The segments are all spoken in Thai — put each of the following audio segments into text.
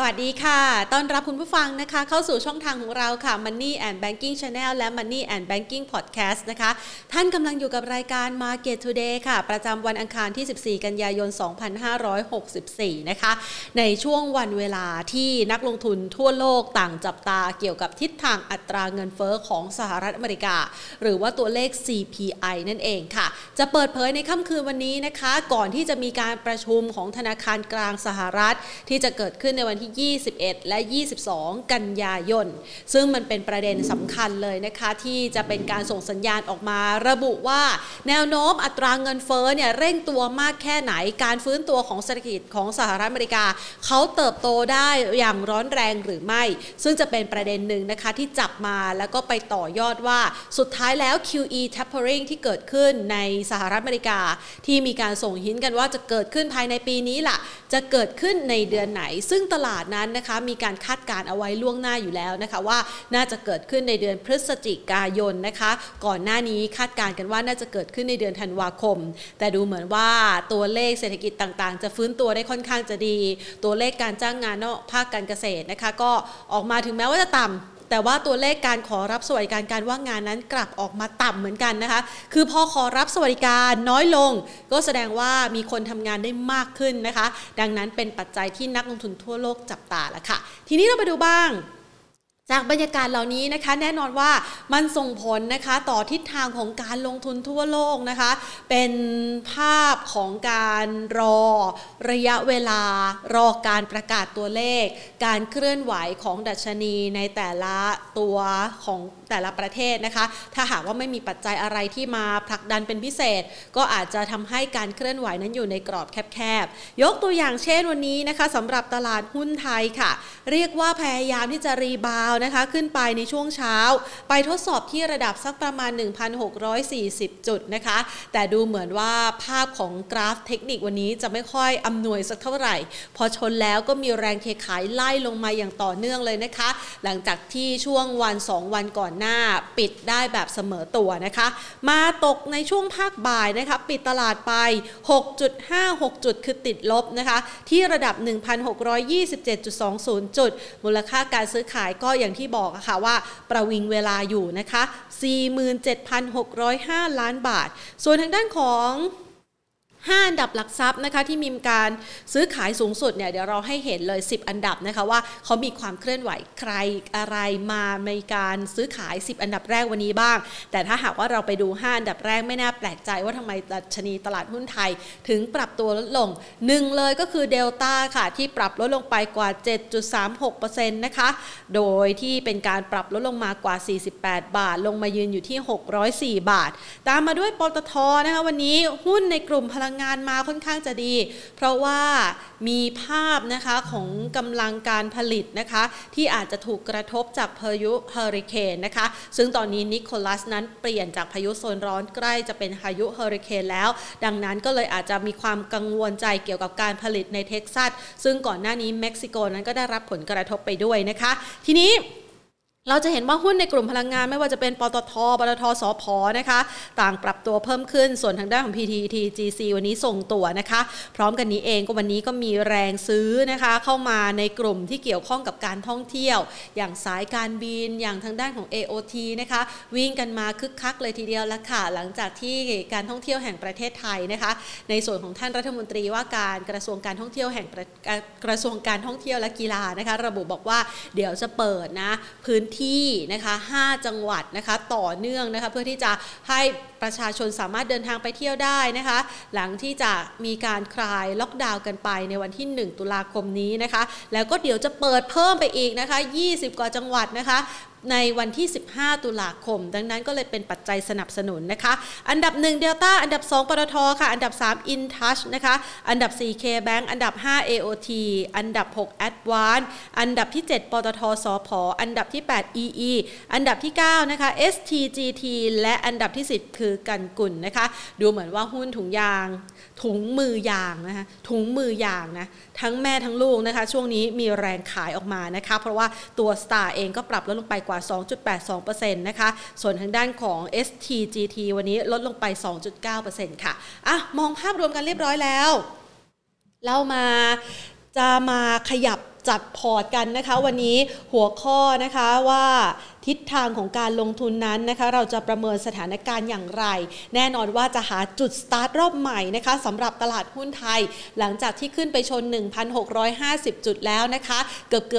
วัสดีค่ะต้อนรับคุณผู้ฟังนะคะเข้าสู่ช่องทางของเราค่ะ Money and Banking Channel และ Money and Banking Podcast นะคะท่านกำลังอยู่กับรายการ Market Today ค่ะประจำวันอังคารที่14กันยายน2564นะคะในช่วงวันเวลาที่นักลงทุนทั่วโลกต่างจับตาเกี่ยวกับทิศทางอัตราเงินเฟ้อของสหรัฐอเมริกาหรือว่าตัวเลข CPI นั่นเองค่ะจะเปิดเผยในค่ำคืนวันนี้นะคะก่อนที่จะมีการประชุมของธนาคารกลางสหรัฐที่จะเกิดขึ้นในวันที่21และ22กันยายนซึ่งมันเป็นประเด็นสำคัญเลยนะคะที่จะเป็นการส่งสัญญาณออกมาระบุว่าแนวโน้มอัตราเงินเฟ้อเนี่ยเร่งตัวมากแค่ไหนการฟื้นตัวของเศรษฐกิจของสหรัฐอเมริกาเขาเติบโตได้อย่างร้อนแรงหรือไม่ซึ่งจะเป็นประเด็นหนึ่งนะคะที่จับมาแล้วก็ไปต่อยอดว่าสุดท้ายแล้ว QE tapering ที่เกิดขึ้นในสหรัฐอเมริกาที่มีการส่งหินกันว่าจะเกิดขึ้นภายในปีนี้ล่ะจะเกิดขึ้นในเดือนไหนซึ่งตลาดนั้นนะคะมีการคาดการณ์เอาไว้ล่วงหน้าอยู่แล้วนะคะว่าน่าจะเกิดขึ้นในเดือนพฤศจิกายนนะคะก่อนหน้านี้คาดการณ์กันว่าน่าจะเกิดขึ้นในเดือนธันวาคมแต่ดูเหมือนว่าตัวเลขเศรษฐกิจต่างๆจะฟื้นตัวได้ค่อนข้างจะดีตัวเลขการจ้างงานนอกภาคการเกษตรนะคะก็ออกมาถึงแม้ว่าจะต่ำแต่ว่าตัวเลขการขอรับสวัสดิการการว่างงานนั้นกลับออกมาต่ำเหมือนกันนะคะคือพอขอรับสวัสดิการน้อยลงก็แสดงว่ามีคนทำงานได้มากขึ้นนะคะดังนั้นเป็นปัจจัยที่นักลงทุนทั่วโลกจับตาแล้วค่ะทีนี้เราไปดูบ้างจากบรรยากาศเหล่านี้นะคะแน่นอนว่ามันส่งผลนะคะต่อทิศทางของการลงทุนทั่วโลกนะคะเป็นภาพของการรอระยะเวลารอการประกาศตัวเลขการเคลื่อนไหวของดัชนีในแต่ละตัวของแต่ละประเทศนะคะถ้าหากว่าไม่มีปัจจัยอะไรที่มาผลักดันเป็นพิเศษก็อาจจะทำให้การเคลื่อนไหวนั้นอยู่ในกรอบแคบๆยกตัวอย่างเช่นวันนี้นะคะสำหรับตลาดหุ้นไทยค่ะเรียกว่าพยายามที่จะรีบาวนะคะขึ้นไปในช่วงเช้าไปทดสอบที่ระดับสักประมาณ 1,640 จุดนะคะแต่ดูเหมือนว่าภาพของกราฟเทคนิควันนี้จะไม่ค่อยอำนวยสักเท่าไหร่พอชนแล้วก็มีแรงเทขายไล่ลงมาอย่างต่อเนื่องเลยนะคะหลังจากที่ช่วงวัน2วันก่อนหน้าปิดได้แบบเสมอตัวนะคะมาตกในช่วงภาคบ่ายนะคะปิดตลาดไป 6.56 จุดคือติดลบนะคะที่ระดับ 1,627.20 จุดมูลค่าการซื้อขายก็อย่างที่บอกอะค่ะว่าประวิงเวลาอยู่นะคะ 47,605 ล้านบาทส่วนทางด้านของ5อันดับหลักทรัพย์นะคะที่มีการซื้อขายสูงสุดเนี่ยเดี๋ยวเราให้เห็นเลย10อันดับนะคะว่าเขามีความเคลื่อนไหวใครอะไรมาในการซื้อขาย10อันดับแรกวันนี้บ้างแต่ถ้าหากว่าเราไปดู5อันดับแรกไม่น่าแปลกใจว่าทำไมดัชนีตลาดหุ้นไทยถึงปรับตัวลดลง1เลยก็คือเดลต้าค่ะที่ปรับลดลงไปกว่า 7.36% นะคะโดยที่เป็นการปรับลดลงมากว่า48บาทลงมายืนอยู่ที่604บาทตามมาด้วยปตท.นะคะวันนี้หุ้นในกลุ่มพลังงานมาค่อนข้างจะดีเพราะว่ามีภาพนะคะของกำลังการผลิตนะคะที่อาจจะถูกกระทบจากพายุเฮอริเคนนะคะซึ่งตอนนี้นิโคลัสนั้นเปลี่ยนจากพายุโซนร้อนใกล้จะเป็นพายุเฮอริเคนแล้วดังนั้นก็เลยอาจจะมีความกังวลใจเกี่ยวกับการผลิตในเท็กซัสซึ่งก่อนหน้านี้เม็กซิโกนั้นก็ได้รับผลกระทบไปด้วยนะคะทีนี้เราจะเห็นว่าหุ้นในกลุ่มพลังงานไม่ว่าจะเป็นปตท.สผ.นะคะต่างปรับตัวเพิ่มขึ้นส่วนทางด้านของ PTTGC วันนี้ส่งตัวนะคะพร้อมกันนี้เองก็วันนี้ก็มีแรงซื้อนะคะเข้ามาในกลุ่มที่เกี่ยวข้องกับการท่องเที่ยวอย่างสายการบินอย่างทางด้านของ AOT นะคะวิ่งกันมาคึกคักเลยทีเดียวแล้วค่ะหลังจากที่การท่องเที่ยวแห่งประเทศไทยนะคะในส่วนของท่านรัฐมนตรีว่าการกระทรวงการท่องเที่ยวกระทรวงการท่องเที่ยวและกีฬานะคะระบุบอกว่าเดี๋ยวจะเปิดนะพื้นที่นะคะ5จังหวัดนะคะต่อเนื่องนะคะเพื่อที่จะให้ประชาชนสามารถเดินทางไปเที่ยวได้นะคะหลังที่จะมีการคลายล็อกดาวน์กันไปในวันที่1ตุลาคมนี้นะคะแล้วก็เดี๋ยวจะเปิดเพิ่มไปอีกนะคะ20กว่าจังหวัดนะคะในวันที่15ตุลาคมดังนั้นก็เลยเป็นปัจจัยสนับสนุนนะคะอันดับ1 Delta อันดับ2ปตทค่ะอันดับ3 InTouch นะคะอันดับ4 KBank อันดับ5 AOT อันดับ6 Advance อันดับที่7ปตทสผ.อันดับที่8 EE อันดับที่9นะคะ STGT และอันดับที่10คือกันกุลนะคะดูเหมือนว่าหุ้นถุงมือยางนะคะถุงมือยางนะทั้งแม่ทั้งลูกนะคะช่วงนี้มีแรงขายออกมานะคะเพราะว่าตัว Star เองก็ปรับลดลงไปกว่า 2.82% นะคะส่วนทางด้านของ STGT วันนี้ลดลงไป 2.9% ค่ะมองภาพรวมกันเรียบร้อยแล้วเรามาขยับจัดพอร์ตกันนะคะวันนี้หัวข้อนะคะว่าทิศทางของการลงทุนนั้นนะคะเราจะประเมินสถานการณ์อย่างไรแน่นอนว่าจะหาจุดสตาร์ทรอบใหม่นะคะสำหรับตลาดหุ้นไทยหลังจากที่ขึ้นไปชน 1,650 จุดแล้วนะคะเกือบ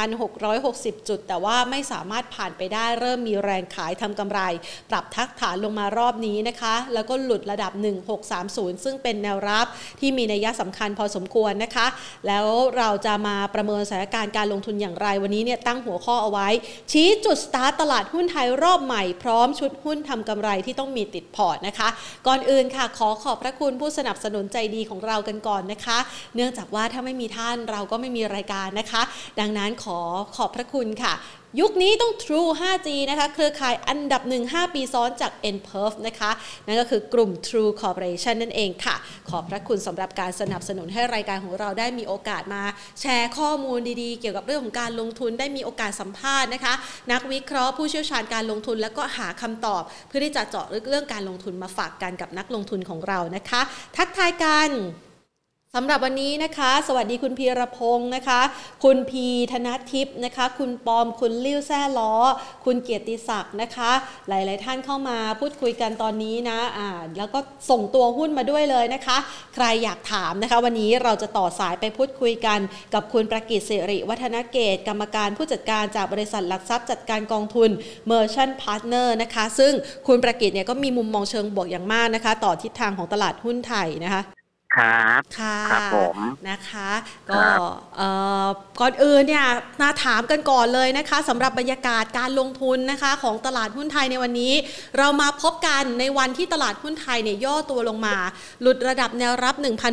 1,660 จุดแต่ว่าไม่สามารถผ่านไปได้เริ่มมีแรงขายทำกำไรปรับทักฐานลงมารอบนี้นะคะแล้วก็หลุดระดับ 1630 ซึ่งเป็นแนวรับที่มีนัยสำคัญพอสมควรนะคะแล้วเราจะมาประเมินสถานการณ์การลงทุนอย่างไรวันนี้เนี่ยตั้งหัวข้อเอาไว้ชี้จุดสตาร์ทตลาดหุ้นไทยรอบใหม่พร้อมชุดหุ้นทำกำไรที่ต้องมีติดพอร์ตนะคะก่อนอื่นค่ะขอบพระคุณผู้สนับสนุนใจดีของเรากันก่อนนะคะเนื่องจากว่าถ้าไม่มีท่านเราก็ไม่มีรายการนะคะดังนั้นขอบพระคุณค่ะยุคนี้ต้อง True 5G นะคะเครือข่ายอันดับ 5 ปีซ้อนจาก Nperf นะคะนั่นก็คือกลุ่ม True Corporation นั่นเองค่ะขอบพระคุณสำหรับการสนับสนุนให้รายการของเราได้มีโอกาสมาแชร์ข้อมูลดีๆเกี่ยวกับเรื่องของการลงทุนได้มีโอกาสสัมภาษณ์นะคะนักวิเคราะห์ผู้เชี่ยวชาญการลงทุนแล้วก็หาคำตอบเพื่อที่จะเจาะลึกเรื่องการลงทุนมาฝากกันกับนักลงทุนของเรานะคะทักทายกันสำหรับวันนี้นะคะสวัสดีคุณพีรพงศ์นะคะคุณพีธนทิพย์นะคะคุณปอมคุณลิ้วแซ่ล้อคุณเกียรติศักดิ์นะคะหลายๆท่านเข้ามาพูดคุยกันตอนนี้นะแล้วก็ส่งตัวหุ้นมาด้วยเลยนะคะใครอยากถามนะคะวันนี้เราจะต่อสายไปพูดคุยกันกับคุณประกิตสิริวัฒนเกตกรรมการผู้จัดการจากบริษัทหลักทรัพย์จัดการกองทุน Merchant Partner นะคะซึ่งคุณประกิตเนี่ยก็มีมุมมองเชิงบวกอย่างมากนะคะต่อทิศทางของตลาดหุ้นไทยนะคะครับครับผมนะคะก็ก่อนอื่นเนี่ยมาถามกันก่อนเลยนะคะสำหรับบรรยากาศการลงทุนนะคะของตลาดหุ้นไทยในวันนี้เรามาพบกันในวันที่ตลาดหุ้นไทยเนี่ยย่อตัวลงมาหลุดระดับแนวรับ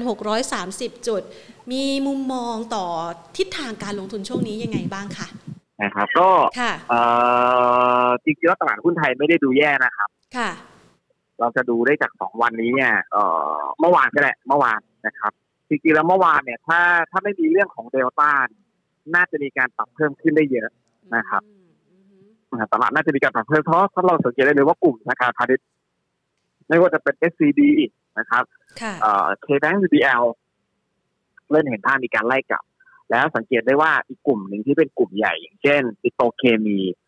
1,630 จุดมีมุมมองต่อทิศทางการลงทุนช่วงนี้ยังไงบ้างคะนะครับก็จริงๆแล้วตลาดหุ้นไทยไม่ได้ดูแย่นะครับค่ะเราจะดูได้จาก2วันนี้เนี่ยเมื่อวานก็แหละเมื่อวานนะครับจริงๆแล้วเมื่อวานเนี่ยถ้าไม่มีเรื่องของเดลต้าน่าจะมีการปรับเพิ่มขึ้นได้เยอะนะครับตลาดน่าจะมีการปรับเพิ่มเพราะถ้าเราสังเกตได้เลยว่ากลุ่มธนาคารพาณิชย์ไม่ว่าจะเป็น SCB นะครับKBank UBL เริ่มเห็นท่ามีการไล่กลับแล้วสังเกตได้ว่าอีกกลุ่มหนึ่งที่เป็นกลุ่มใหญ่อย่างเช่นปิโตรเคมี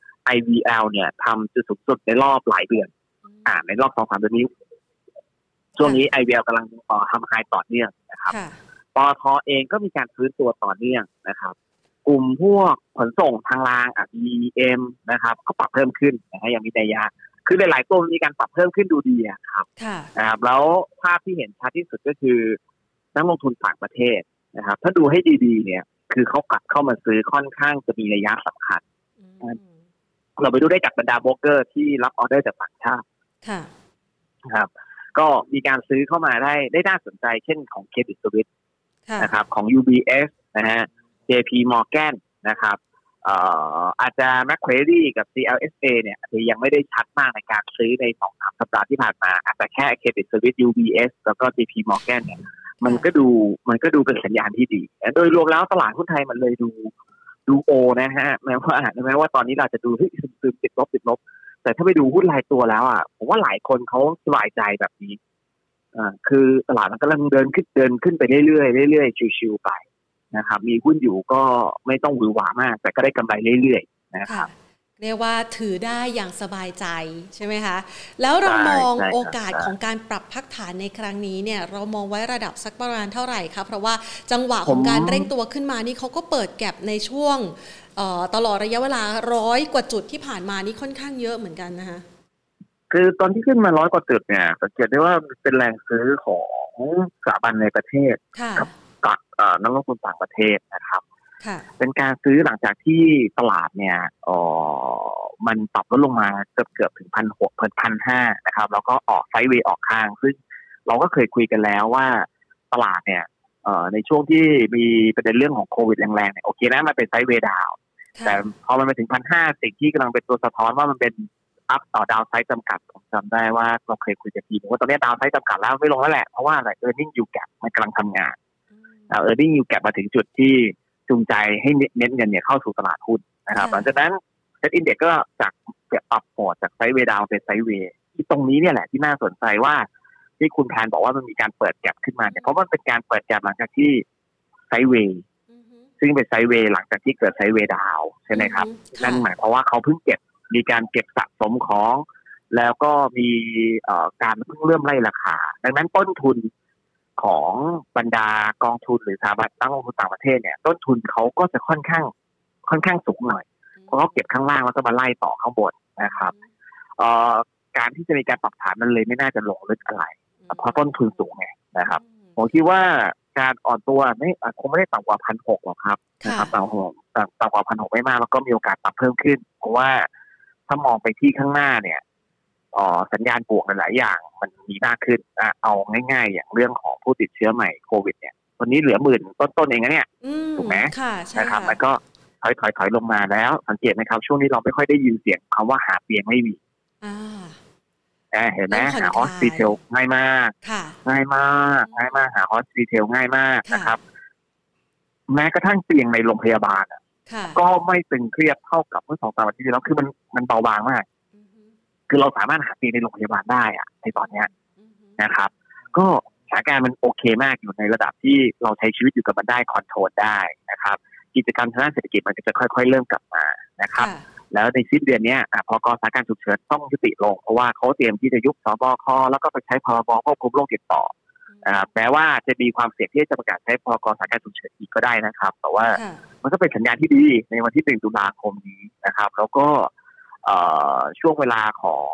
IVL เนี่ยทำจุดสูงสุดในรอบหลายเดือนในรอบ 2-3 เดือนนี้ช่วงนี้ IVL กำลังทำไฮต่อเนื่องนะครับปตท.เองก็มีการฟื้นตัวต่อเนื่องนะครับกลุ่มพวกขนส่งทางรางBM นะครับก็ปรับเพิ่มขึ้นนะอย่างมีนัยยะคือหลายๆตัวมีการปรับเพิ่มขึ้นดูดีครับนะครับแล้วภาพที่เห็นชัดที่สุดก็คือนักลงทุนต่างประเทศนะครับถ้าดูให้ดีๆเนี่ยคือเขากลับเข้ามาซื้อค่อนข้างจะมีนัยยะสำคัญเราไปดูได้จากบรรดาโบรกเกอร์ที่รับออเดอร์จากต่างชาติครับก็มีการซื้อเข้ามาได้น่าสนใจเช่นของ Credit Suisse นะครับของ UBS นะฮะ JP Morgan นะครับอาจจะ Macquarie กับ CLSA เนี่ยอาจจะยังไม่ได้ชัดมากในการซื้อใน 2-3 สัปดาห์ที่ผ่านมาอาจจะแค่ Credit Suisse UBS แล้วก็ JP Morgan เนี่ยมันก็ดูเป็นสัญญาณที่ดีโดยรวมแล้วตลาดหุ้นไทยมันเลยดูโอนะฮะแม้ว่าตอนนี้เราจะดูซึมติดลบแต่ถ้าไปดูหุ้นรายตัวแล้วผมว่าหลายคนเขาสบายใจแบบนี้คือตลาดมันกำลังเดินขึ้นไปเรื่อยๆชิวๆไปนะครับมีหุ้นอยู่ก็ไม่ต้องหวือหวามากแต่ก็ได้กำไรเรื่อยๆนะครับเรียกว่าถือได้อย่างสบายใจใช่ไหมคะแล้วเรามองโอกาสของการปรับพักฐานในครั้งนี้เนี่ยเรามองไว้ระดับสักประมาณเท่าไหร่คะเพราะว่าจังหวะของการเร่งตัวขึ้นมานี่เขาก็เปิดแก็ปในช่วงตลอดระยะเวลา100 กว่าจุดที่ผ่านมานี่ค่อนข้างเยอะเหมือนกันนะคะคือตอนที่ขึ้นมา100 กว่าจุดเนี่ยสังเกตได้ว่าเป็นแรงซื้อของสถาบันในประเทศกับนักลงทุนต่างประเทศนะครับเป็นการซื้อหลังจากที่ตลาดเนี่ยมันปรับลดลงมาเกือบถึง 1,500 นะครับแล้วก็ออกไซด์เวย์ออกข้างซึ่งเราก็เคยคุยกันแล้วว่าตลาดเนี่ยในช่วงที่มีประเด็นเรื่องของโควิดแรงๆเนี่ยโอเคนะมันเป็นไซด์เวย์ดาวแต่พอมันไปถึง 1,500 สิ่งที่กำลังเป็นตัวสะท้อนว่ามันเป็นอัพต่อดาวไซด์จำกัดผมจำได้ว่าเราเคยคุยกันทีนึงว่าตอนนี้ดาวไซด์จำกัดแล้วไม่ลงแล้วแหละเพราะว่าอะไร earning yield gap มันกำลังทำงาน earning yield gap มาถึงจุดที่จูงใจให้เน้นเงินเนี่ยเข้าสู่ตลาดหุ้นนะครับหลังจากนั้นเซ็ตอินเด็กซ์ก็จากปรับพอร์ตจากไซด์เวย์ดาวเป็นไซด์เวย์ที่ตรงนี้เนี่ยแหละที่น่าสนใจว่าที่คุณแพนบอกว่ามันมีการเปิดแก็ปขึ้นมาเนี่ยเพราะมันเป็นการเปิดแก็ปหลังจากที่ไซด์เวย์ซึ่งเป็นไซด์เวย์หลังจากที่เกิดไซด์เวย์ดาวใช่ไหมครับนั่นหมายความว่าเขาเพิ่งมีการเก็บสะสมของแล้วก็มีการเพิ่งเริ่มไล่ราคาดังนั้นต้นทุนของบรรดากองทุนหรือสถาบันตั้งลงทุนต่างประเทศเนี่ยต้นทุนเขาก็จะค่อนข้างสูงหน่อยเพราะเขาเก็บข้างล่างแล้วก็มาไล่ต่อข้างบนนะครับการที่จะมีการปรับฐานมันเลยไม่น่าจะลงลึกอะไรเพราะต้นทุนสูงไงนะครับผมคิดว่าการอ่อนตัวคงไม่ได้ต่ำกว่า 1,600 หรอกครับนะครับต่ำกว่า 1,600 ไม่มากแล้วก็มีโอกาสปรับเพิ่มขึ้นเพราะว่าถ้ามองไปที่ข้างหน้าเนี่ยสัญญาณบวกหลายๆอย่างมันมีมากขึ้นเอาง่ายๆอย่างเรื่องของผู้ติดเชื้อใหม่โควิดเนี่ยวันนี้เหลือ10,000ต้นๆเองนะเนี่ยถูกไหมนะครับมันก็ถอยลงมาแล้วสังเกตไหมครับช่วงนี้เราไม่ค่อยได้ยินเสียงคำว่าหาเตียงไม่มีเห็นไหมหาฮอสพิทอลง่ายมากง่ายมากหาฮอสพิทอลง่ายมากนะครับแม้กระทั่งเตียงในโรงพยาบาลก็ไม่ตึงเครียดเท่ากับเมื่อ 2-3 อาทิตย์ที่แล้วคือมันเบาบางมากคือเราสามารถหาเตียงในโรงพยาบาลได้ในตอนนี้นะครับก็สถานการณ์มันโอเคมากอยู่ในระดับที่เราใช้ชีวิตอยู่กับมันได้คอนโทรลได้นะครับกิจกรรมทางด้านเศรษฐกิจมันจะค่อยๆเริ่มกลับมานะครับแล้วในสิ้นเดือนนี้พก.สถานการณ์ฉุกเฉินต้องยุติลงเพราะว่าเขาเตรียมที่จะยุบสบคแล้วก็ไปใช้พรบควบคุมโรคติดต่อแม้ว่าจะมีความเสี่ยงที่จะประกาศใช้พก.สถานการณ์ฉุกเฉินอีกก็ได้นะครับแต่ว่ามันก็เป็นสัญญาณที่ดีในวันที่1 ตุลาคมนี้นะครับแล้วก็ช่วงเวลาของ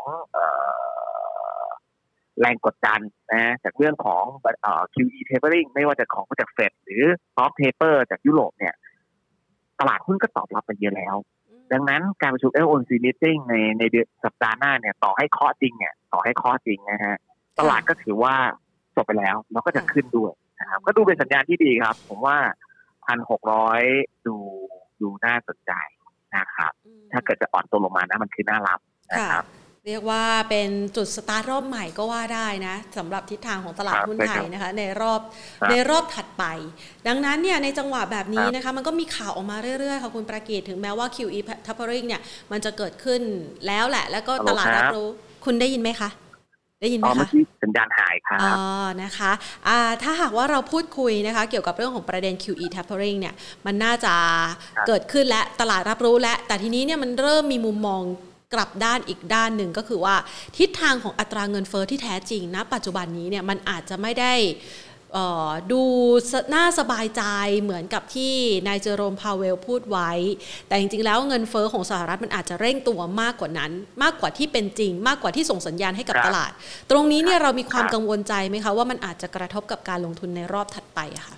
แรงกดดันนะจากเรื่องของQE tapering ไม่ว่าจะของจากเฟดหรือ soft taper จากยุโรปเนี่ยตลาดหุ้นก็ตอบรับไปเยอะแล้วดังนั้นการประชุม FOMC meeting ในเดือนสัปดาห์หน้าเนี่ยต่อให้เคาะจริงนะฮะตลาดก็ถือว่าจบไปแล้วแล้วก็จะขึ้นด้วยนะครับก็ดูเป็นสัญญาณที่ดีครับผมว่า 1,600 ดูน่าสนใจนะครับถ้าเกิดจะอ่อนตัวลงมานะมันคือน่ารับนะครับเรียกว่าเป็นจุดสตาร์ทรอบใหม่ก็ว่าได้นะสำหรับทิศทางของตลาดหุ้นไทยนะคะในรอบถัดไปดังนั้นเนี่ยในจังหวะแบบนี้นะคะมันก็มีข่าวออกมาเรื่อยๆค่ะคุณประกิตถึงแม้ว่า QE tapering เนี่ยมันจะเกิดขึ้นแล้วแหละแล้วก็ตลาดรับรู้คุณได้ยินไหมคะได้ยินไหมคะสัญญาณหายครับนะคะถ้าหากว่าเราพูดคุยนะคะเกี่ยวกับเรื่องของประเด็น QE tapering เนี่ยมันน่าจะเกิดขึ้นและตลาดรับรู้และแต่ทีนี้เนี่ยมันเริ่มมีมุมมองกลับด้านอีกด้านหนึ่งก็คือว่าทิศทางของอัตราเงินเฟ้อที่แท้จริงณปัจจุบันนี้เนี่ยมันอาจจะไม่ได้ดูน่าสบายใจเหมือนกับที่นายเจอโรมพาเวลพูดไว้แต่จริงๆแล้วเงินเฟ้อของสหรัฐมันอาจจะเร่งตัวมากกว่านั้นมากกว่าที่เป็นจริงมากกว่าที่ส่งสัญญาณให้กับตลาดตรงนี้เนี่ยเรามีความกังวลใจไหมคะว่ามันอาจจะกระทบกับการลงทุนในรอบถัดไปอะค่ะ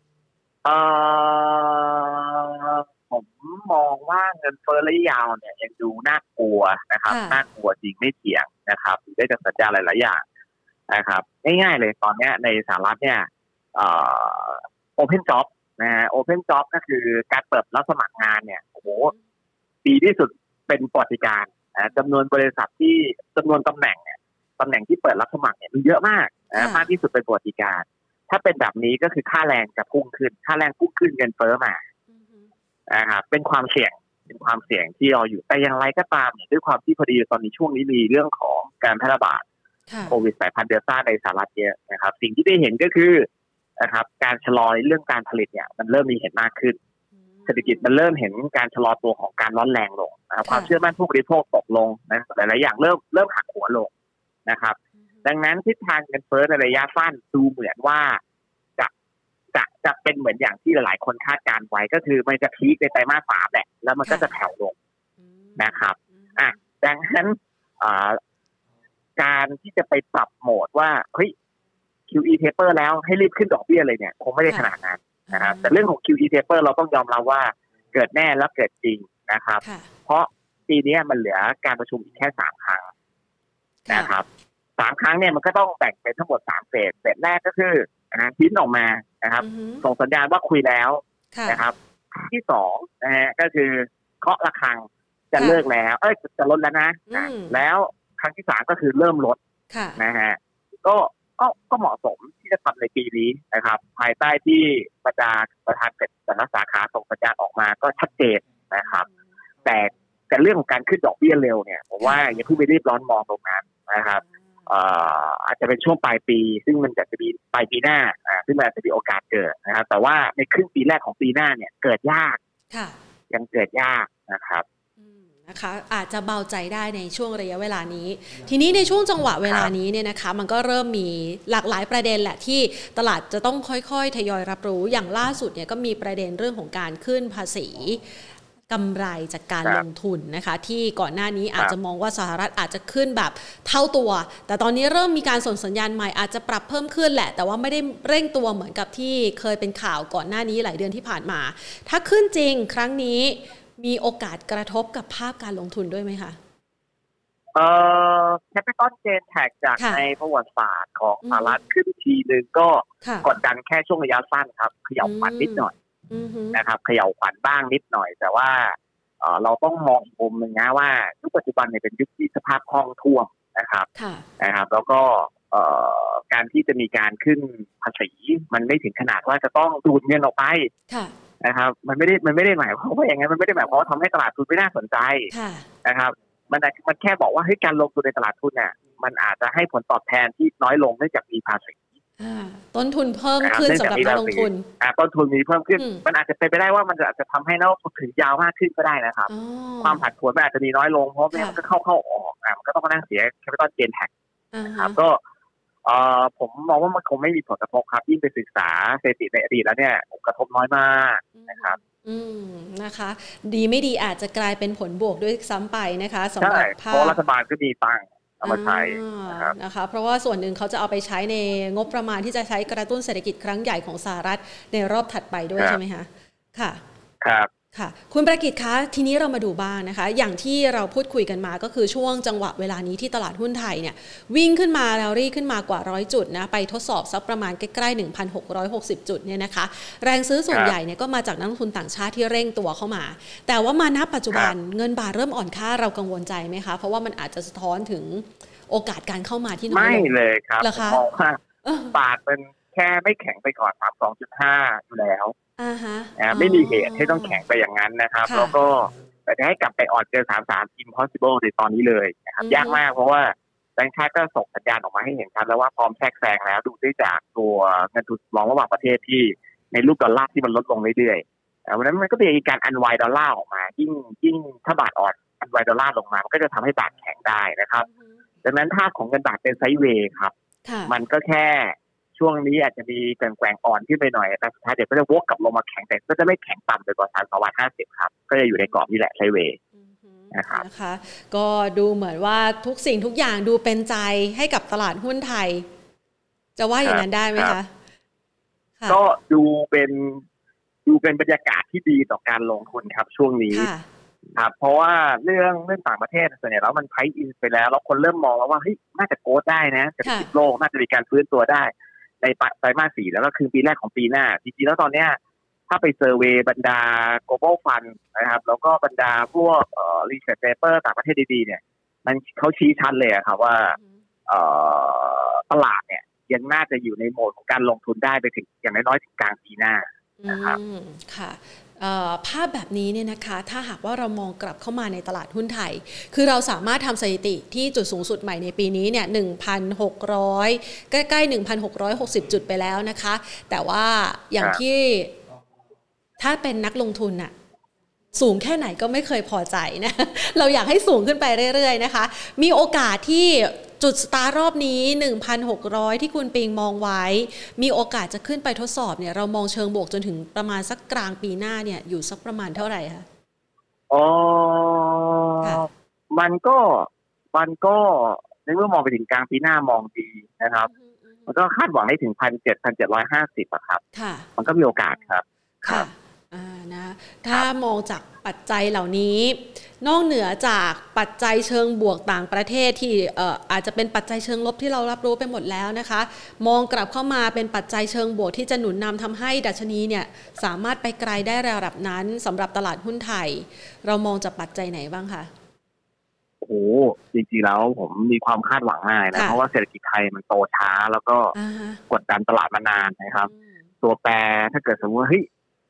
ผมมองว่าเงินเฟ้อระยะยาวเนี่ยยังดูน่ากลัวนะครับน่ากลัวจริงไม่เถียงนะครับได้จากสัญญาณหลายๆอย่างนะครับง่ายๆเลยตอนนี้ในสหรัฐเนี่ยOpen Job นะฮะ Open Job ก็คือการเปิดรับสมัครงานเนี่ยโอ้โหดีที่สุดเป็นประวัติการจำนวนบริษัทที่จำนวนตำแหน่งที่เปิดรับสมัครเนี่ยมีเยอะมากมากที่สุดเป็นประวัติการถ้าเป็นแบบนี้ก็คือค่าแรงจะพุ่งขึ้นเงินเฟ้อมานะครับเป็นความเสี่ยงที่เราอยู่แต่อย่างไรก็ตามเนี่ยด้วยความที่พอดีตอนนี้ช่วงนี้มีเรื่องของการแพร่ระบาดโควิดสายพันธุ์เดลต้าในสหรัฐเยอะนะครับสิ่งที่ได้เห็นก็คือนะครับการชะลอเรื่องการผลิตเนี่ยมันเริ่มมีเห็นมากขึ้นเศรษฐกิจมันเริ่มเห็นการชะลอตัวของการร้อนแรงลงนะครับความเชื่อมั่นผู้บริโภคตกลงนะหลายๆอย่างเริ่มหักหัวลงนะครับดังนั้นทิศทางเงินเฟ้อในระยะสั้นดูเหมือนว่าจะเป็นเหมือนอย่างที่หลายๆคนคาดการไว้ก็คือมันจะพีคในไตรมาส 3แหละแล้วมันก็จะแผ่วลงนะครับดังนั้นการที่จะไปปรับโหมดว่าเฮ้ย QE taper แล้วให้รีบขึ้นดอกเบี้ยเลยเนี่ยคงไม่ได้ขนาดนั้นนะครับแต่เรื่องของ QE taper เราต้องยอมรับว่าเกิดแน่แล้วเกิดจริงนะครับเพราะปีนี้มันเหลือการประชุมอีกแค่3ครั้งนะครับ3ครั้งเนี่ยมันก็ต้องแบ่งเป็นทั้งหมด3เฟสแรกก็คือทิ้นออกมานะครับส่งสัญญาณว่าคุยแล้วนะครับที่2นะฮะก็คือเคาะระฆังจะเลิกแล้วจะลดแล้วนะแล้วครั้งที่3ก็คือเริ่มลดนะฮะก็เหมาะสมที่จะทำในปีนี้นะครับภายใต้ที่ประธานเฟดแต่ละสาขาส่งสัญญาณออกมาก็ชัดเจนนะครับแต่เรื่องของการขึ้นดอกเบี้ยเร็วเนี่ยผมว่าอย่าเพิ่งไปรีบร้อนมองตรงนั้นนะครับอาจจะเป็นช่วงปลายปีซึ่งมันจะมีปลายปีหน้าซึ่งมันอาจจะมีโอกาสเกิดนะครับแต่ว่าในครึ่งปีแรกของปีหน้าเนี่ยเกิดยากยังเกิดยากนะครับนะคะอาจจะเบาใจได้ในช่วงระยะเวลานี้ทีนี้ในช่วงจังหวะเวลานี้เนี่ยนะคะมันก็เริ่มมีหลากหลายประเด็นแหละที่ตลาดจะต้องค่อยๆทยอยรับรู้อย่างล่าสุดเนี่ยก็มีประเด็นเรื่องของการขึ้นภาษีกำไรจากการลงทุนนะคะที่ก่อนหน้านี้อาจจะมองว่าสหรัฐอาจจะขึ้นแบบเท่าตัวแต่ตอนนี้เริ่มมีการส่งสัญญาณใหม่อาจจะปรับเพิ่มขึ้นแหละแต่ว่าไม่ได้เร่งตัวเหมือนกับที่เคยเป็นข่าวก่อนหน้านี้หลายเดือนที่ผ่านมาถ้าขึ้นจริงครั้งนี้มีโอกาสกระทบกับภาพการลงทุนด้วยไหมคะ Capital Gain Tax จากในประวัติศาสตร์ของสหรัฐขึ้นทีนึงก็กดดันแค่ช่วงระยะสั้นครับเขย่าขวัญนิดหน่อยนะครับเขย่าขวัญบ้างนิดหน่อยแต่ว่าเราต้องมองอีกมุมหนึ่งนะว่ายุคปัจจุบันเนี่ยเป็นยุคที่สภาพคล่องท่วมนะครับแล้วก็การที่จะมีการขึ้นภาษีมันไม่ถึงขนาดว่าจะต้องดูดเงินออกไปนะครับมันไม่ได้หมายความว่าอย่างนั้นมันไม่ได้หมายความว่าทำให้ตลาดทุนไม่น่าสนใจนะครับมันแค่บอกว่าเฮ้ยการลงทุนในตลาดทุนเนี่ยมันอาจจะให้ผลตอบแทนที่น้อยลงเนื่องจากมีภาษีต้นทุนเพิ่มขึ้นสำหรับนักลงทุนต้นทุนมีเพิ่มขึ้นมันอาจจะเป็นไปได้ว่ามันอาจจะทำให้นักลงทุนถือยาวมากขึ้นก็ได้นะครับความผันผวนมันอาจจะมีน้อยลงเพราะมันก็เข้าออกมันก็ต้องมานั่งเสีย Capital Gain Tax นะครับก็ผมมองว่ามันคงไม่มีผลกระทบครับยิ่งไปศึกษาสถิติในอดีตแล้วเนี่ยกระทบน้อยมากนะครับนะคะดีไม่ดีอาจจะกลายเป็นผลบวกด้วยซ้ำไปนะคะสำหรับภาคเพราะรัฐบาลก็มีตังค์เอามาใช้นะคะเพราะว่าส่วนหนึ่งเขาจะเอาไปใช้ในงบประมาณที่จะใช้กระตุ้นเศรษฐกิจครั้งใหญ่ของสหรัฐในรอบถัดไปด้วยใช่ไหมคะค่ะครับค่ะคุณประกิตคะทีนี้เรามาดูบ้างนะคะอย่างที่เราพูดคุยกันมาก็คือช่วงจังหวะเวลานี้ที่ตลาดหุ้นไทยเนี่ยวิ่งขึ้นมาแรลลี่ขึ้นมากว่า100จุดนะไปทดสอบสักประมาณใกล้ๆ 1,660 จุดเนี่ยนะคะแรงซื้อส่วนใหญ่เนี่ยก็มาจากนักลงทุนต่างชาติที่เร่งตัวเข้ามาแต่ว่ามาณปัจจุบันเงินบาทเริ่มอ่อนค่าเรากังวลใจไหมคะเพราะว่ามันอาจจะสะท้อนถึงโอกาสการเข้ามาที่น้อยลงไม่เลยครับมองว่าบาทมันแค่ไม่แข็งไปก่อน 32.5 อยู่แล้วไม่มีเหตุให้ต้องแข็งไปอย่างนั้นนะครับแล้วก็แต่จะให้กลับไปอ่อนเกิน33 impossible ในตอนนี้เลยนะครับยากมากเพราะว่าแบงก์ชาติก็ส่งสัญญาณออกมาให้เห็นชัดแล้วว่าพร้อมแทรกแซงแล้วดูได้จากตัวเงินทุนรองระหว่างประเทศที่ในรูปดอลลาร์ที่มันลดลงเรื่อยๆวันนั้นมันก็มีการอันไวดอลลาร์ออกมายิ่งถ้าบาทอ่อนอันไวดอลลาร์ลงมามันก็จะทำให้บาทแข็งได้นะครับดังนั้นถ้าของเงินบาทเป็นไซด์เวย์ครับมันก็แค่ช่วงนี้อาจจะมีแกว่งอ่อนขึ้นไปหน่อยแต่สุดท้ายเดี๋ยวก็จะวกกลับลงมาแข็งแต่ก็จะไม่แข็งต่ำไปกว่า3,250ครับก็จะอยู่ในกรอบนี้แหละไซด์เวย์นะคะก็ดูเหมือนว่าทุกสิ่งทุกอย่างดูเป็นใจให้กับตลาดหุ้นไทยจะว่าอย่างนั้นได้ไหมคะก็ดูเป็นบรรยากาศที่ดีต่อการลงทุนครับช่วงนี้ครับเพราะว่าเรื่องต่างประเทศส่วนใหญ่แล้วมันไพรซ์อินไปแล้วคนเริ่มมองแล้วว่าเฮ้ยน่าจะโกรธได้นะเศรษฐกิจโลกน่าจะมีการฟื้นตัวได้ในไตรมาส 4แล้วก็คือปีแรกของปีหน้าจริงๆแล้วตอนเนี้ยถ้าไปเซอร์เวย์บรรดา global fund นะครับแล้วก็บรรดาพวกresearch paper ต่างประเทศดีๆเนี่ยมันเขาชี้ชัดเลยครับว่าตลาดเนี่ยยังน่าจะอยู่ในโหมดของการลงทุนได้ไปถึงอย่างน้อยๆถึงกลางปีหน้านะครับค่ะภาพแบบนี้เนี่ยนะคะถ้าหากว่าเรามองกลับเข้ามาในตลาดหุ้นไทยคือเราสามารถทำสถิติที่จุดสูงสุดใหม่ในปีนี้เนี่ย 1,600 ใกล้ๆ 1,660 จุดไปแล้วนะคะแต่ว่าอย่างที่ถ้าเป็นนักลงทุนน่ะสูงแค่ไหนก็ไม่เคยพอใจนะเราอยากให้สูงขึ้นไปเรื่อยๆนะคะมีโอกาสที่จุดสตาร์รอบนี้ 1,600 ที่คุณปิงมองไว้มีโอกาสจะขึ้นไปทดสอบเนี่ยเรามองเชิงบวกจนถึงประมาณสักกลางปีหน้าเนี่ยอยู่สักประมาณเท่าไหร่คะมันก็ในเมื่อมองไปถึงกลางปีหน้ามองดีนะครับมันก็คาดหวังให้ถึง 1,750 อะครับมันก็มีโอกาสครับครับนะถ้ามองจากปัจจัยเหล่านี้นอกเหนือจากปัจจัยเชิงบวกต่างประเทศที่อาจจะเป็นปัจจัยเชิงลบที่เรารับรู้ไปหมดแล้วนะคะมองกลับเข้ามาเป็นปัจจัยเชิงบวกที่จะหนุนนำทำให้ดัชนีเนี่ยสามารถไปไกลได้ระดับนั้นสำหรับตลาดหุ้นไทยเรามองจากปัจจัยไหนบ้างคะโอ้จริงๆแล้วผมมีความคาดหวังง่ายนะเพราะว่าเศรษฐกิจไทยมันโตช้าแล้วก็กดดันตลาดมานานนะครับตัวแปรถ้าเกิดสมมติว่าเฮ้ย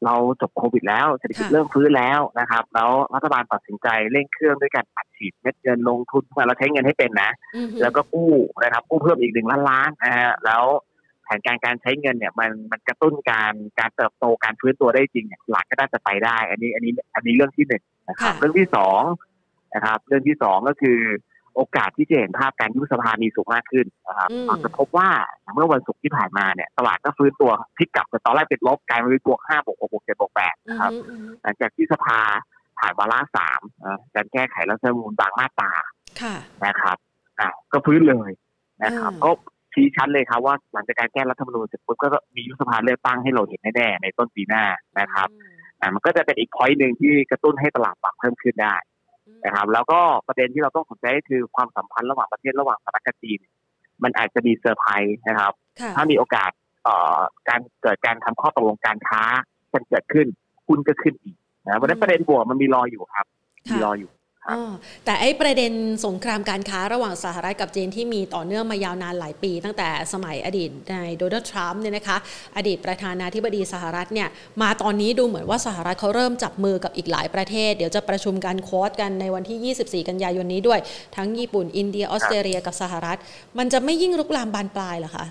เราจบโควิดแล้วเศรษฐกิจเริ่มฟื้นแล้วนะครับแล้วรัฐบาลตัดสินใจเร่งเครื่องด้วยการอัดฉีดเม็ดเงินลงทุนมาเราใช้เงินให้เป็นนะแล้วก็กู้นะครับกู้เพิ่มอีก1 ล้านแล้วแผนการใช้เงินเนี่ยมันกระตุ้นการเติบโตการฟื้นตัวได้จริงเนี่ยหลักก็น่าจะไปได้อันนี้เรื่องที่1นะครับเรื่องที่2นะครับเรื่องที่2ก็คือโอกาสที่จะเห็นภาพการยุบสภามีสูงมากขึ้นนะครับเราจะพบว่าเมื่อวันศุกร์ที่ผ่านมาเนี่ยตลาดก็ฟื้นตัวพลิกกลับจากตอนแรกเป็นลบกลายมาเป็นบวก5บวก6บวก7บวก8นะครับหลังจากที่สภาผ่านวาระ3การแก้ไขรัฐธรรมนูญบางมาตรานะครับก็ฟื้นเลยนะครับก็ชี้ชัดเลยครับว่าหลังจากการแก้รัฐธรรมนูญเสร็จปุ๊บก็มียุบสภาเลือกตั้งให้เราเห็นแน่ๆในต้นปีหน้านะครับมันก็จะเป็นอีก point นึงที่กระตุ้นให้ตลาดปรับเพิ่มขึ้นได้นะครับแล้วก็ประเด็นที่เราต้องสนใจก็คือความสัมพันธ์ระหว่างประเทศระหว่างสหรัฐกับจีนมันอาจจะมีเซอร์ไพรส์นะครับถ้ามีโอกาสการเกิดการทำข้อตกลงการค้ามันเกิดขึ้นหุ้นก็ขึ้นอีกนะเพราะฉะนั้นประเด็นบวกมันมีรออยู่ครับมีรออยู่แต่ไอ้ประเด็นสงครามการค้าระหว่างสหรัฐกับจีนที่มีต่อเนื่องมายาวนานหลายปีตั้งแต่สมัยอดีตนายโดนัลด์ทรัมป์เนี่ยนะคะอดีตประธานาธิบดีสหรัฐเนี่ยมาตอนนี้ดูเหมือนว่าสหรัฐเขาเริ่มจับมือกับอีกหลายประเทศเดี๋ยวจะประชุมกันโค้ชกันในวันที่24กันยายนนี้ด้วยทั้งญี่ปุ่นอินเดียออสเตรเลียกับสหรัฐมันจะไม่ยิ่งรุกรามบานปลายเหรอคะ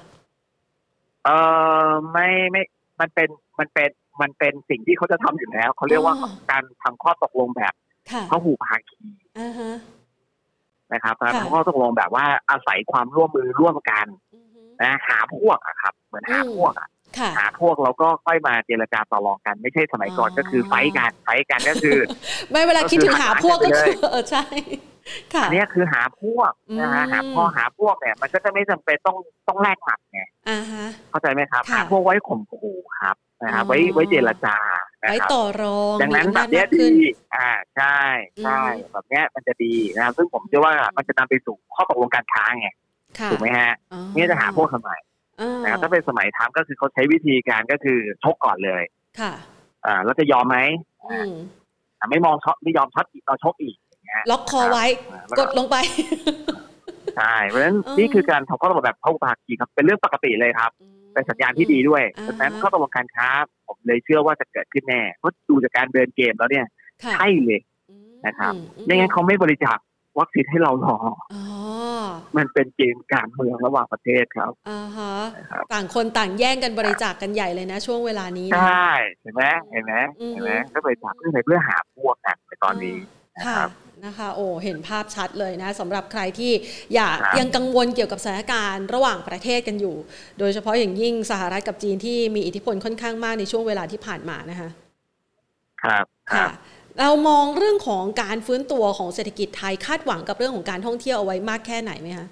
ไม่มันเป็นสิ่งที่เขาจะทำอยู่แล้วเขาเรียกว่าการทำข้อตกลงแบบเขาหูภาคีนะครับทำข้อตกลงแบบว่าอาศัยความร่วมมือร่วมกันนะหาพวกอะครับเหมือนหาพวกหาพวกเราก็ค่อยมาเจรจาต่อรองกันไม่ใช่สมัยก่อนก็คือไฟกันก็คือไม่เวลาคิดถึงหาพวกก็คือใช่ค่ะอันนี้คือหาพวกนะฮะหาพวกเนี่ยมันก็จะไม่จำเป็นต้องแลกหมัดไงเข้าใจไหมครับหาพวกไว้ข่มขู่ครับนะครับไว้เจรจาไว้ต่อรองดังนั้นแบบนี้ดีใช่แบบนี้มันจะดีนะครับซึ่งผมเชื่อว่ามันจะนำไปสู่ข้อตกลงการค้าไงถูกไหมฮะนี่จะหาพวกทำไมนะครับถ้าเป็นสมัยทำก็คือเขาใช้วิธีการก็คือชกก่อนเลยค่ะแล้วจะยอมไหมไม่มองช็อตไม่ยอมช็อตอีกเอาชกอีกล็อกคอไว้กดลงไปใช่เพราะฉะนั้นนี่คือการทำข้อตกลงแบบเข้าภาคีครับเป็นเรื่องปกติเลยครับเป็นสัญญาณที่ดีด้วยดังนั้นข้อตกลงการค้าผมเลยเชื่อว่าจะเกิดขึ้นแน่เพราะดูจากการเดินเกมแล้วเนี่ยใช่เลยนะครับไม่งั้นเขาไม่บริจาควัคซีนให้เราหรอกมันเป็นเกมการเมืองระหว่างประเทศครับต่างคนต่างแย่งกันบริจาคกันใหญ่เลยนะช่วงเวลานี้ใช่เห็นไหมก็บริจาคเพื่อหาพวกกันในตอนนี้นะคะโอ้เห็นภาพชัดเลยนะสำหรับใครที่ยังกังวลเกี่ยวกับสถานการณ์ระหว่างประเทศกันอยู่โดยเฉพาะอย่างยิ่งสหรัฐกับจีนที่มีอิทธิพลค่อนข้างมากในช่วงเวลาที่ผ่านมานะคะครับค่ะเรามองเรื่องของการฟื้นตัวของเศรษฐกิจไทยคาดหวังกับเรื่องของการท่องเที่ยวเอาไว้มากแค่ไหนไหมคะ